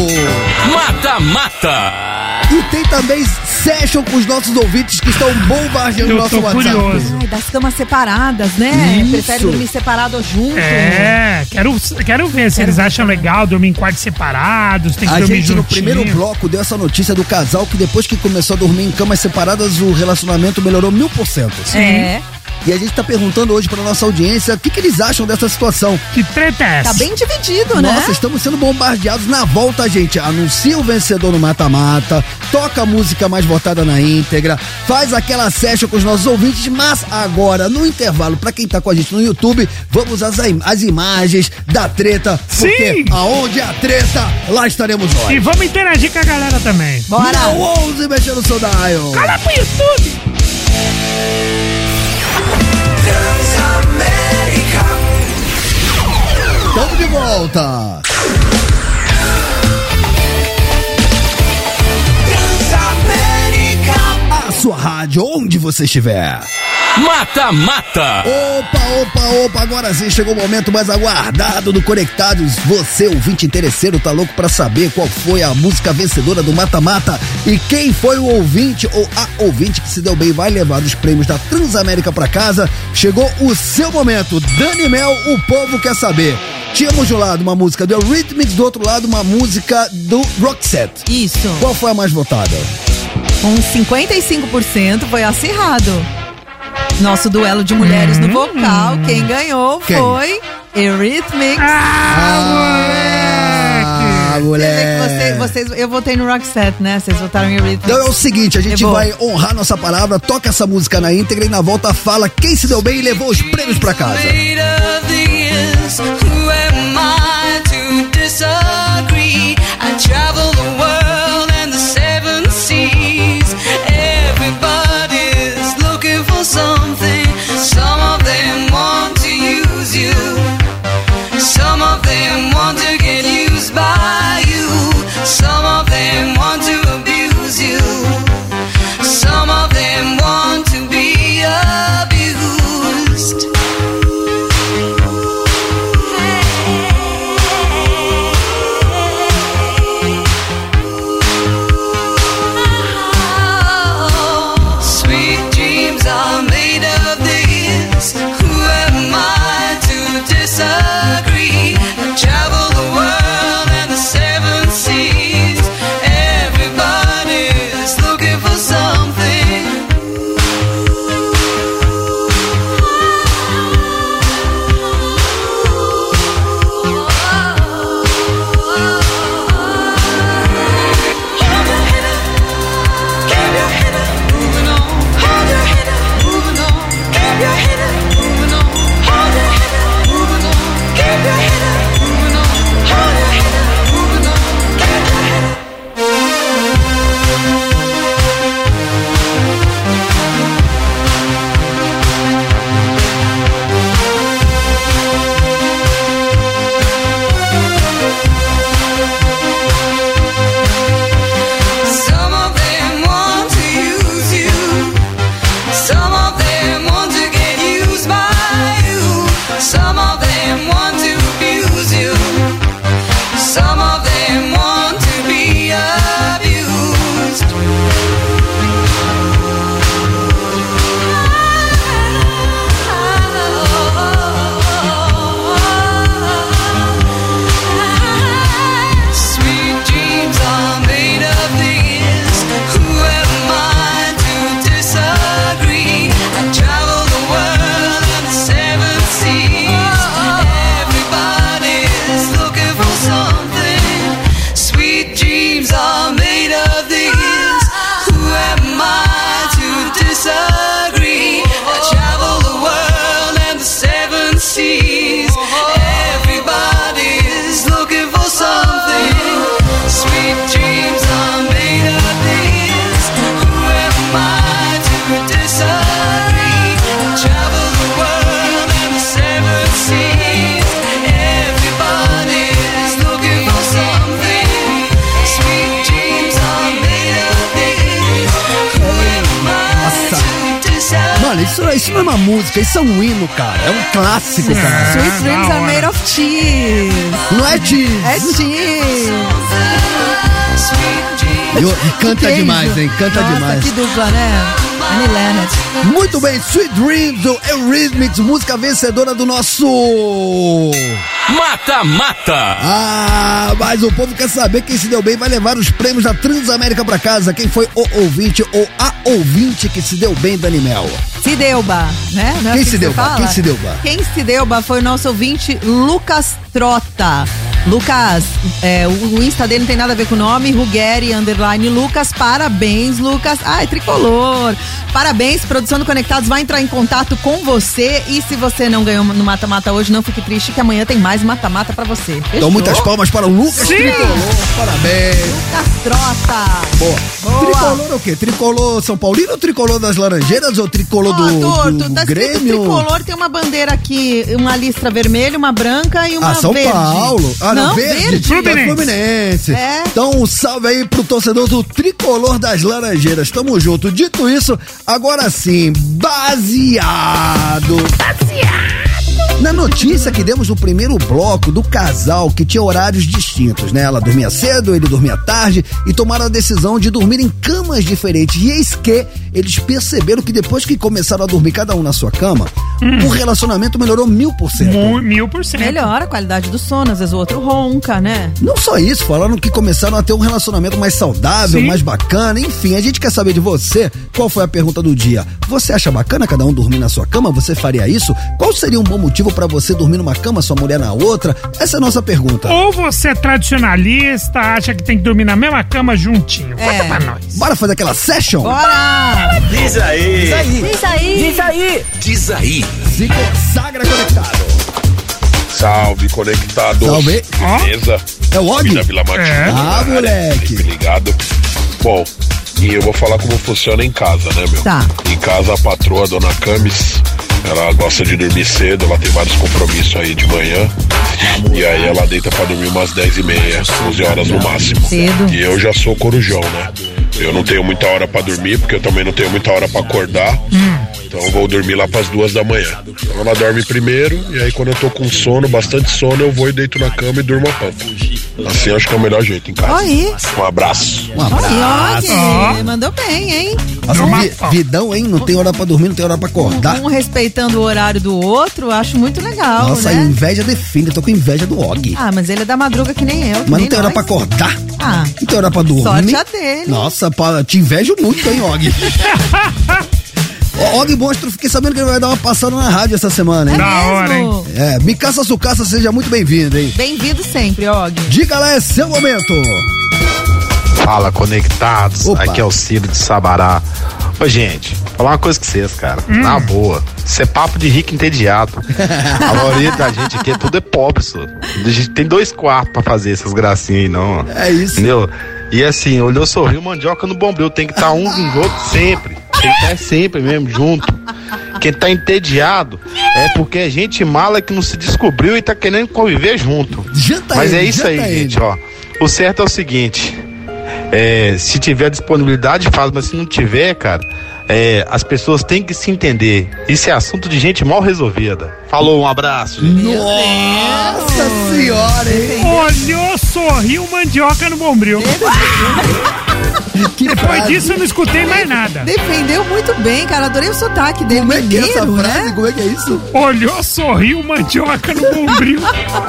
Mata-mata. E tem também session com os nossos ouvintes que estão bombardeando o Eu nosso tô WhatsApp. curioso. Ai, das camas separadas, né? Isso. Prefere dormir separado ou junto. É, quero, quero ver se Quero eles ver acham também. legal dormir em quartos separados, tem que A dormir gente no juntinho. primeiro bloco deu essa notícia do casal que depois que começou a dormir em camas separadas, o relacionamento melhorou mil por cento. É. E a gente tá perguntando hoje pra nossa audiência o que, que eles acham dessa situação. Que treta é essa? Tá bem dividido, né? Nossa, estamos sendo bombardeados. Na volta, a gente anuncia o vencedor no mata-mata, toca a música mais votada na íntegra, faz aquela session com os nossos ouvintes, mas agora, no intervalo, pra quem tá com a gente no YouTube, vamos às, as imagens da treta. Porque Sim. aonde é a treta, lá estaremos nós. E vamos interagir com a galera também. Bora! Não ouse mexer no seu dial. Cala pro YouTube! Estamos de volta. A sua rádio, onde você estiver. Mata-mata. Opa, opa, opa, agora sim chegou o momento mais aguardado do Conectados. Você, ouvinte interesseiro, tá louco pra saber qual foi a música vencedora do Mata-Mata e quem foi o ouvinte ou a ouvinte que se deu bem vai levar os prêmios da Transamérica pra casa. Chegou o seu momento. Dani Mel, o povo quer saber. Tínhamos de um lado uma música do Eurythmics, do outro lado uma música do Roxette. Isso. Qual foi a mais votada? Com cinquenta e cinco por cento foi acirrado. Nosso duelo de mulheres no vocal, quem ganhou Quem? foi Eurythmics. Ah, Você vê moleque. que você- vocês, eu votei no Roxette, né? Vocês votaram em Eurythmics. Então é o seguinte, a gente Levou. vai honrar nossa palavra, toca essa música na íntegra e na volta fala quem se deu bem e levou os prêmios pra casa. Something, some of them want to use you, some of them want to get used by you, some of them want to abuse you, some of them want to be abused. Sweet dreams are made of this. Who am I to disagree? I travel the world and the seven seas. Everybody's looking for something. Keep your head up, moving on. Hold your head up, moving on. Keep your head up, moving on. Hold your head up, moving on. Keep your head up, moving on. Hold isso, isso não é uma música, isso é um hino, cara. É um clássico, cara. Sweet dreams are made of cheese. Não é cheese. É cheese. E, e canta Queijo. demais, hein? Canta Nossa, demais. que dupla, né? Annie Leonard. Muito bem, Sweet Dreams, o Eurythmics, música vencedora do nosso... Mata Mata. Ah, mas o povo quer saber quem se deu bem vai levar os prêmios da Transamérica pra casa. Quem foi o ouvinte ou a ouvinte que se deu bem, Dani Mel? Se deuba, né? Não é Quem assim se que deu você ba? fala? Quem se deu ba? Quem se deu ba foi o nosso ouvinte Lucas Trota. Lucas, é, o, o Insta dele não tem nada a ver com o nome, Ruggeri, underline Lucas, parabéns, Lucas. Ai, tricolor. Parabéns, produção do Conectados vai entrar em contato com você e se você não ganhou no Mata-Mata hoje, não fique triste que amanhã tem mais Mata-Mata pra você. Fechou? Então muitas palmas para o Lucas Sim. Tricolor, parabéns. Lucas Trota. Boa. Boa. Tricolor o quê? Tricolor São Paulino ou Tricolor das Laranjeiras ou Tricolor do, Arthur, do tu tá escrito Grêmio? Tricolor, tem uma bandeira aqui, uma listra vermelha, uma branca e uma Ah, São verde. Paulo. Ah, não, não verde. verde. Fluminense. Fluminense. É. Então, um salve aí pro torcedor do Tricolor das Laranjeiras. Tamo junto. Dito isso, agora sim, baseado. Baseado. Na notícia que demos no primeiro bloco do casal que tinha horários distintos, né? Ela dormia cedo, ele dormia tarde e tomaram a decisão de dormir em camas diferentes. E eis que eles perceberam que depois que começaram a dormir cada um na sua cama, hum. o relacionamento melhorou mil por cento. Mil, mil por cento. Melhora a qualidade do sono, às vezes o outro ronca, né? Não só isso, falaram que começaram a ter um relacionamento mais saudável, Sim. mais bacana, enfim, a gente quer saber de você, qual foi a pergunta do dia? Você acha bacana cada um dormir na sua cama? Você faria isso? Qual seria um bom motivo pra você dormir numa cama, sua mulher na outra? Essa é a nossa pergunta. Ou você é tradicionalista, acha que tem que dormir na mesma cama juntinho? É. Conta pra nós. Bora fazer aquela session? Bora! Diz aí. Diz aí. Diz aí! Diz aí! Diz aí. Se consagra conectado. Salve, conectado. Salve. Beleza? É o Og? Da Vila Matilde. É. Ah, moleque. Sempre ligado. Bom, e eu vou falar como funciona em casa, né, meu? Tá. Em casa, a patroa, a dona Camis, ela gosta de dormir cedo, ela tem vários compromissos aí de manhã. E aí ela deita pra dormir umas dez e meia, onze horas no máximo. Cedo. E eu já sou corujão, né? Eu não tenho muita hora pra dormir, porque eu também não tenho muita hora pra acordar. Hum. Então eu vou dormir lá pras duas da manhã. Então ela dorme primeiro, e aí quando eu tô com sono, bastante sono, eu vou e deito na cama e durmo a pampa. Assim acho que é o melhor jeito em casa. Aí. Um abraço. Um abraço. Aí, mandou bem, hein? Nossa, vi, vidão, hein? Não tem hora pra dormir, não tem hora pra acordar. Um, um respeitando o horário do outro, acho muito legal, Nossa, né? a inveja define, eu tô com inveja do Og. Ah, mas ele é da madruga que nem eu. Que Mas nem não tem hora nós. pra acordar? Ah, Não tem hora pra dormir? sorte a dele. Nossa, pá, te invejo muito, hein, Og? Ó, Og Monstro, fiquei sabendo que ele vai dar uma passada na rádio essa semana, hein? Da hora, hein? mesmo? É, Micaça Sucaça, seja muito bem-vindo, hein? Bem-vindo sempre, Og. Diga lá, é seu momento. Fala, conectados. Opa. Aqui é o Ciro de Sabará. Ô, gente, vou falar uma coisa com vocês, cara. Hum. Na boa. Isso é papo de rico entediado. A maioria da gente aqui é tudo é pobre, só. A gente tem dois quartos pra fazer essas gracinhas aí, não. É isso. Entendeu? E assim, olhou, sorriu, mandioca no bombril. Tem que estar um com o outro sempre. Tem que estar sempre mesmo, junto. Quem tá entediado é porque é gente mala que não se descobriu e tá querendo conviver junto. Janta Mas ele, é isso aí, janta gente, ele. ó. O certo é o seguinte. É, se tiver disponibilidade, faz, mas se não tiver, cara, é, as pessoas têm que se entender. Isso é assunto de gente mal resolvida. Falou, um abraço, gente. Nossa senhora, hein? Olhou, sorriu, mandioca no bombril. Que Depois frase. disso eu não escutei mais nada. Defendeu muito bem, cara. Adorei o sotaque dele. Como é que é essa mineiro, frase? né? Como é que é isso? Olhou, sorriu, mandioca no bombril.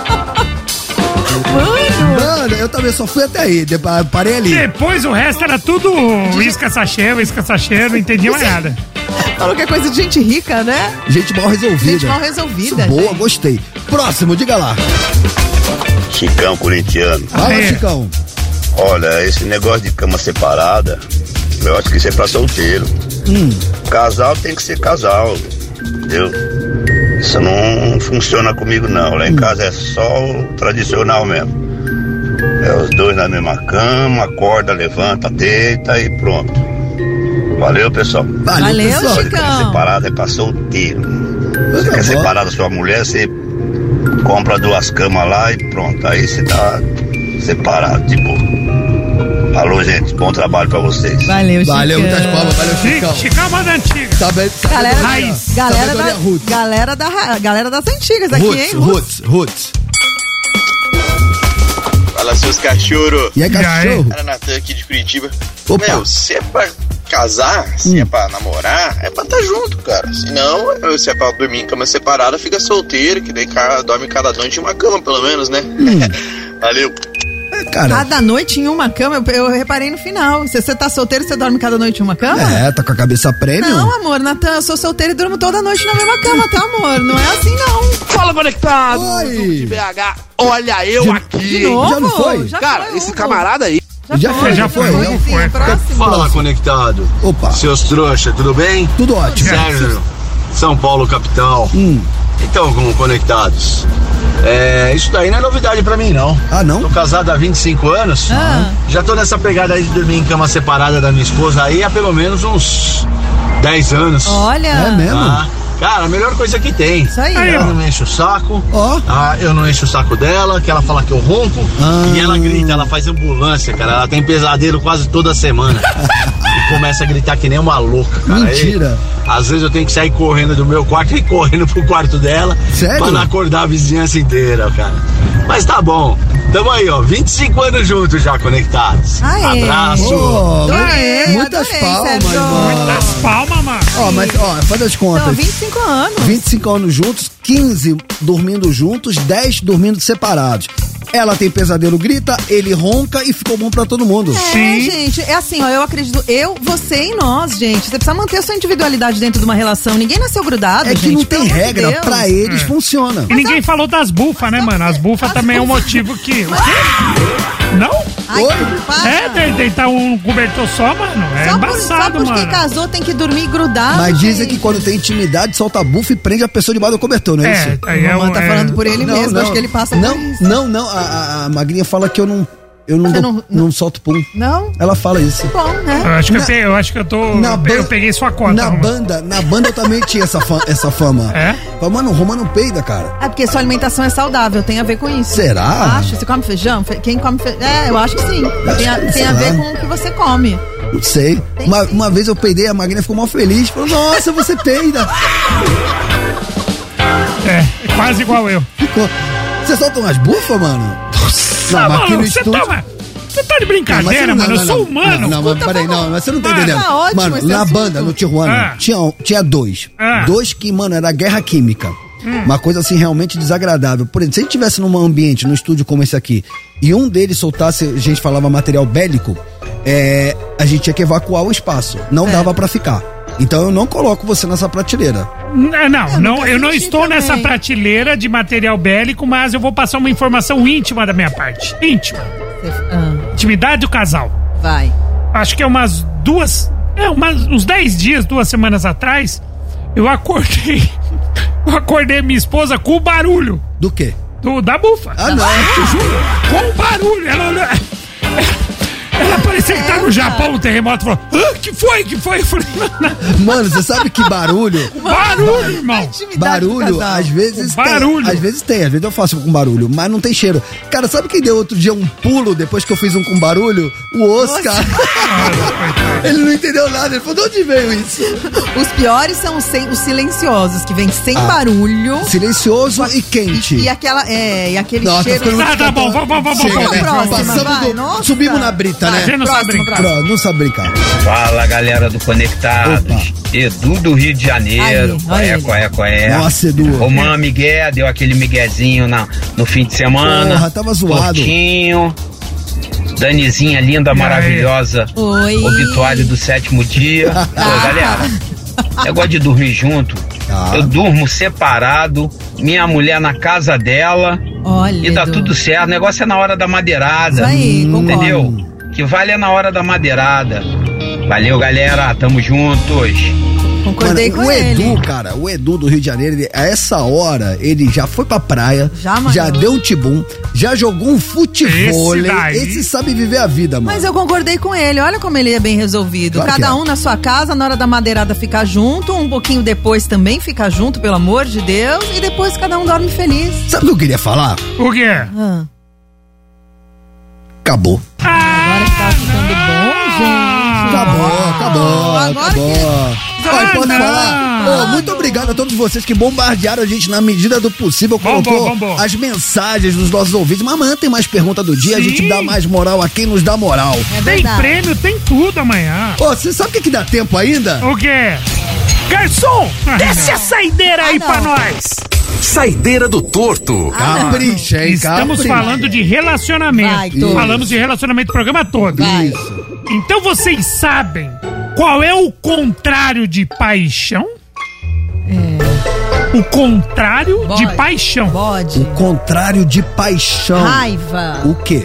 Mano, eu também só fui até aí, depois parei ali. Depois o resto era tudo isca sachê, isca sachê, não entendi mais nada. Falou que é coisa de gente rica, né? Gente mal resolvida. Gente mal resolvida. Boa, gente. gostei. Próximo, diga lá. Chicão corintiano. Fala, É. Chicão. Olha, esse negócio de cama separada, eu acho que isso é pra solteiro. Hum. Casal tem que ser casal, entendeu? Isso não funciona comigo não. Lá em casa é só o tradicional mesmo. É os dois na mesma cama, acorda, levanta, deita e pronto. Valeu, pessoal. Valeu, Valeu, pessoal. Olha, cama Chicão. separada é pra solteiro. Você Tá quer bom. separar da sua mulher, você compra duas camas lá e pronto. Aí você tá separado, de boa. Alô, gente, bom trabalho pra vocês. Valeu, Chicão. Valeu, muitas palmas, valeu, Chicão. Chicão, manda antiga. Sabe, Galera, Raiz. galera, da, Roots. galera, da, galera das antigas aqui, Roots, hein? Roots, Roots. Fala, seus cachorro. E aí, cachorro? Cara, Natan aqui de Curitiba. Opa. Meu, se é pra casar, se hum. é pra namorar, é pra estar junto, cara. Se não, se é pra dormir em cama separada, fica solteiro, que daí cara, dorme cada noite em uma cama, pelo menos, né? Hum. Valeu. É, cara. Cada noite em uma cama, eu, eu reparei no final. Se você tá solteiro, você dorme cada noite em uma cama? É, tá com a cabeça prêmio. Não, amor, Natan, eu sou solteiro e durmo toda noite na mesma cama, tá, amor? Não é assim, não. Fala, conectado! Oi. De B H, olha eu Já, aqui! De novo? Já não foi? Já Cara, foi, esse Hugo. camarada aí. Já, Já foi, foi, já foi. já Sim, foi. é próximo. Fala, conectado. Opa. Seus trouxa, tudo bem? Tudo ótimo. Sérgio, São Paulo, capital. Hum. Então, como conectados, é, isso daí não é novidade pra mim, não. Ah, não? Tô casado há vinte e cinco anos. Ah. Já tô nessa pegada aí de dormir em cama separada da minha esposa aí há pelo menos uns dez anos. Olha. É mesmo? Tá? Cara, a melhor coisa que tem. Isso aí. Ela não enche o saco. Ó. Ah, eu não encho o saco dela, que ela fala que eu ronco. Ah. E ela grita, ela faz ambulância, cara. Ela tem pesadelo quase toda semana. E começa a gritar que nem uma louca, cara. Mentira. E, às vezes eu tenho que sair correndo do meu quarto e correndo pro quarto dela. Sério? Pra não acordar a vizinhança inteira, cara. Mas tá bom. Tamo aí, ó. vinte e cinco anos juntos já conectados. Aê. Abraço. Oh, Adorei, muitas adorei, palmas, Sérgio. mano. Muitas palmas, mano. Ó, mas, ó, faz as contas. Não, vinte e cinco anos. vinte e cinco anos juntos, quinze dormindo juntos, dez dormindo separados. Ela tem pesadelo, grita, ele ronca e ficou bom pra todo mundo. É, Sim. gente, é assim, ó, eu acredito, eu, você e nós, gente. Você precisa manter a sua individualidade dentro de uma relação. Ninguém nasceu grudado, É que gente. não tem pelo amor de regra, Deus. pra eles É. funciona. E ninguém falou das bufas, né, mano? As bufas também é um motivo que. O quê? Não? Ai, Oi? para. É, de- deitar um cobertor só, mano. É Só por, só embaçado, porque mano. casou tem que dormir grudado. Mas dizem gente. que quando tem intimidade, solta a bufa e prende a pessoa debaixo do cobertor, não é, É, isso? aí é O Mamãe o- tá é- falando por ele mesmo, acho que ele passa não, por isso. Não, não, a, a, a Magrinha fala que eu não, eu não, Você dou- não- não, solto pum. Não? Ela fala isso. Bom, né? Eu acho que, Na- eu, peguei, eu acho que eu tô. na eu, ban- eu peguei sua cota. Na Romano. banda, na banda eu também tinha essa, fa- essa fama. É? Fala, mano, o Romano peida, cara. É porque sua alimentação é saudável, tem a ver com isso. Será? Acho. Você come feijão? Fe- Quem come feijão? É, eu acho que sim. Tem a, tem a Será? ver com o que você come. Não sei. Tem Uma, sim. uma vez eu peidei, a Magrinha ficou mal feliz. Falou, nossa, você peida. É, é quase igual eu. Ficou. Você solta umas bufas, mano? Não, mas aqui mano, no você estúdio- tá, você tá de Não, mas brincadeira, você não- mano. não, eu sou não, humano. Não, não, mas peraí, não, mas você não tá Ah, entendendo. tá ótimo Mano, esse na assunto. banda, no Tijuana, Ah. tinha, tinha dois. Ah. Dois que, mano, era guerra química. Uma coisa assim realmente desagradável. Por exemplo, se a gente tivesse num ambiente, num estúdio como esse aqui, e um deles soltasse, a gente falava material bélico, é, a gente tinha que evacuar o espaço. Não É. dava pra ficar. Então eu não coloco você nessa prateleira. Não, não, não, nunca eu não senti estou também. nessa prateleira de material bélico, mas eu vou passar uma informação íntima da minha parte. Íntima. Ah, Intimidade do casal. vai. Acho que é umas duas. É, umas, uns dez dias, duas semanas atrás, eu acordei. Eu acordei minha esposa com o barulho Do quê? do, da bufa. Ah, não. Eu juro, com o barulho. Ela, ela parecia que tá no Japão, o terremoto. Falou: ah, que foi? Que foi? Eu falei: não, não. Mano, você sabe que barulho. Barulho, irmão. Intimidade do Barulho, casal. às vezes Barulho. tem. Às vezes tem, às vezes eu faço com barulho, mas não tem cheiro. Cara, sabe quem deu outro dia um pulo depois que eu fiz um com barulho? O Oscar. Ele não entendeu nada, ele falou, de onde veio isso? Os piores são os, sem- os silenciosos, que vêm sem Ah. barulho. Silencioso e quente. E aquela, é, e aquele Nossa, cheiro. ficando muito Tá, tá bom, vamos, vamos, vamos, Chega, vamos. né? Próxima, Passamos vai, do- nossa. subimos na brita, Vai, né? Você não sabe próximo, brincar. próximo. Pronto, não sabe brincar. Fala, galera do Conectados. Edu do Rio de Janeiro. Aí, Qual olha é, ele. qual é, qual é? Nossa, Edu. Romã Miguel deu aquele miguezinho na, no fim de semana. Porra, tava zoado. Curtinho. Danizinha linda, maravilhosa. Oi. Obituário do sétimo dia. Pô, galera, negócio de dormir junto. Tá. Eu durmo separado, minha mulher na casa dela. Olha, E tá Edu. tudo certo. O negócio é na hora da madeirada. Isso aí, concordo. Entendeu? Que vale é na hora da madeirada. Valeu, galera. Tamo juntos. Concordei Mano, com o ele. Edu, cara, o Edu do Rio de Janeiro, ele, a essa hora, ele já foi pra praia, Já, mano. já deu um tibum, já jogou um futevôlei. Esse daí- Esse sabe viver a vida, mano. Mas eu concordei com ele, olha como ele é bem resolvido. Claro que Cada é. um na sua casa, na hora da madeirada ficar junto, um pouquinho depois também ficar junto, pelo amor de Deus, e depois cada um dorme feliz. Sabe o que eu queria falar? O quê? Ah, Acabou. agora que tá ficando bom, gente. Acabou, acabou, Agora acabou. que Olha, Ah, posso não. falar? Ô, muito obrigado a todos vocês que bombardearam a gente na medida do possível, Vamos, colocou vamos, vamos. as mensagens dos nossos ouvintes. Mas amanhã tem mais pergunta do dia, a Sim. gente dá mais moral a quem nos dá moral. É Tem verdade. prêmio, tem tudo amanhã. Ô, você sabe o que, que dá tempo ainda? O quê? Garçom, Ah, desce a saideira aí não. pra nós. Saideira do torto. Capricha, hein? Estamos capricha. falando de relacionamento. Vai, todos. Falamos de relacionamento o programa todo. Isso. Então vocês sabem qual é o contrário de paixão? É. O contrário Bode. de paixão. Bode. O contrário de paixão. Raiva. O quê?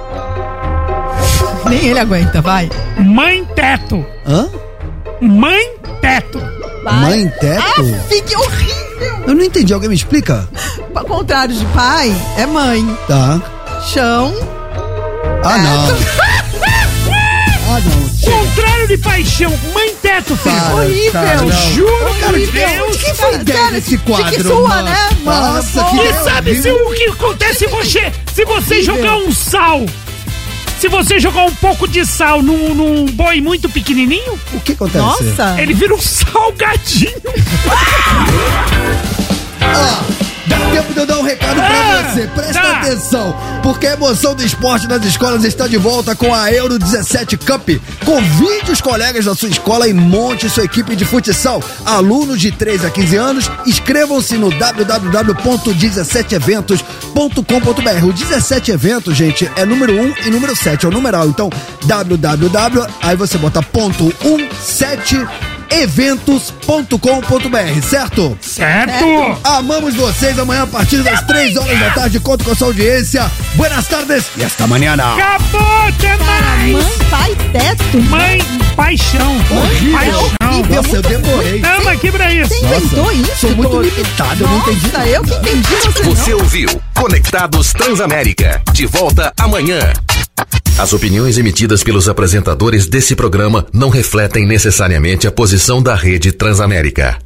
Nem ele aguenta, vai. Mãe teto. Hã? Mãe teto. Vai. Mãe teto? Ah, que horrível. Eu não entendi, alguém me explica? Ao contrário de pai, é mãe. Tá. Chão. Ah, não. Ah, não. Chega. Contrário de paixão. Mãe teto, filho. Para, horrível. cara, não. Juro, cara, de Horrível. Deus. Quem foi a ideia desse quadro? Que sua, mano? né, mano? Nossa, Pô. que E ideia sabe se horrível. o que acontece se você, se você Horrível. jogar um sal? Se você jogar um pouco de sal num, num boi muito pequenininho, O que acontece? Nossa. ele vira um salgadinho. Ó, dá tempo de eu dar um recado pra Ah, você. Presta tá. atenção, porque a emoção do esporte nas escolas está de volta com a Euro dezessete Cup. Convide os colegas da sua escola e monte sua equipe de futsal. Alunos de três a quinze anos, inscrevam-se no w w w ponto dezessete eventos ponto com ponto b r. O dezessete Eventos, gente, é número um e número sete, é o numeral. Então, www, aí você bota ponto sete eventos ponto com ponto b r, certo? Certo. Amamos vocês amanhã a partir das três horas da tarde. Conto com a sua audiência. Buenas tardes e hasta mañana. Acabou, até mais. Mãe, pai, teto. Mãe, paixão. Horrível. Paixão. horrível. Nossa, eu demorei. Tamo aqui pra isso. Você inventou Nossa, isso? sou muito Toto? limitado, eu não entendi Nossa, eu que entendi, você não. Você ouviu Conectados Transamérica. De volta amanhã. As opiniões emitidas pelos apresentadores desse programa não refletem necessariamente a posição da Rede Transamérica.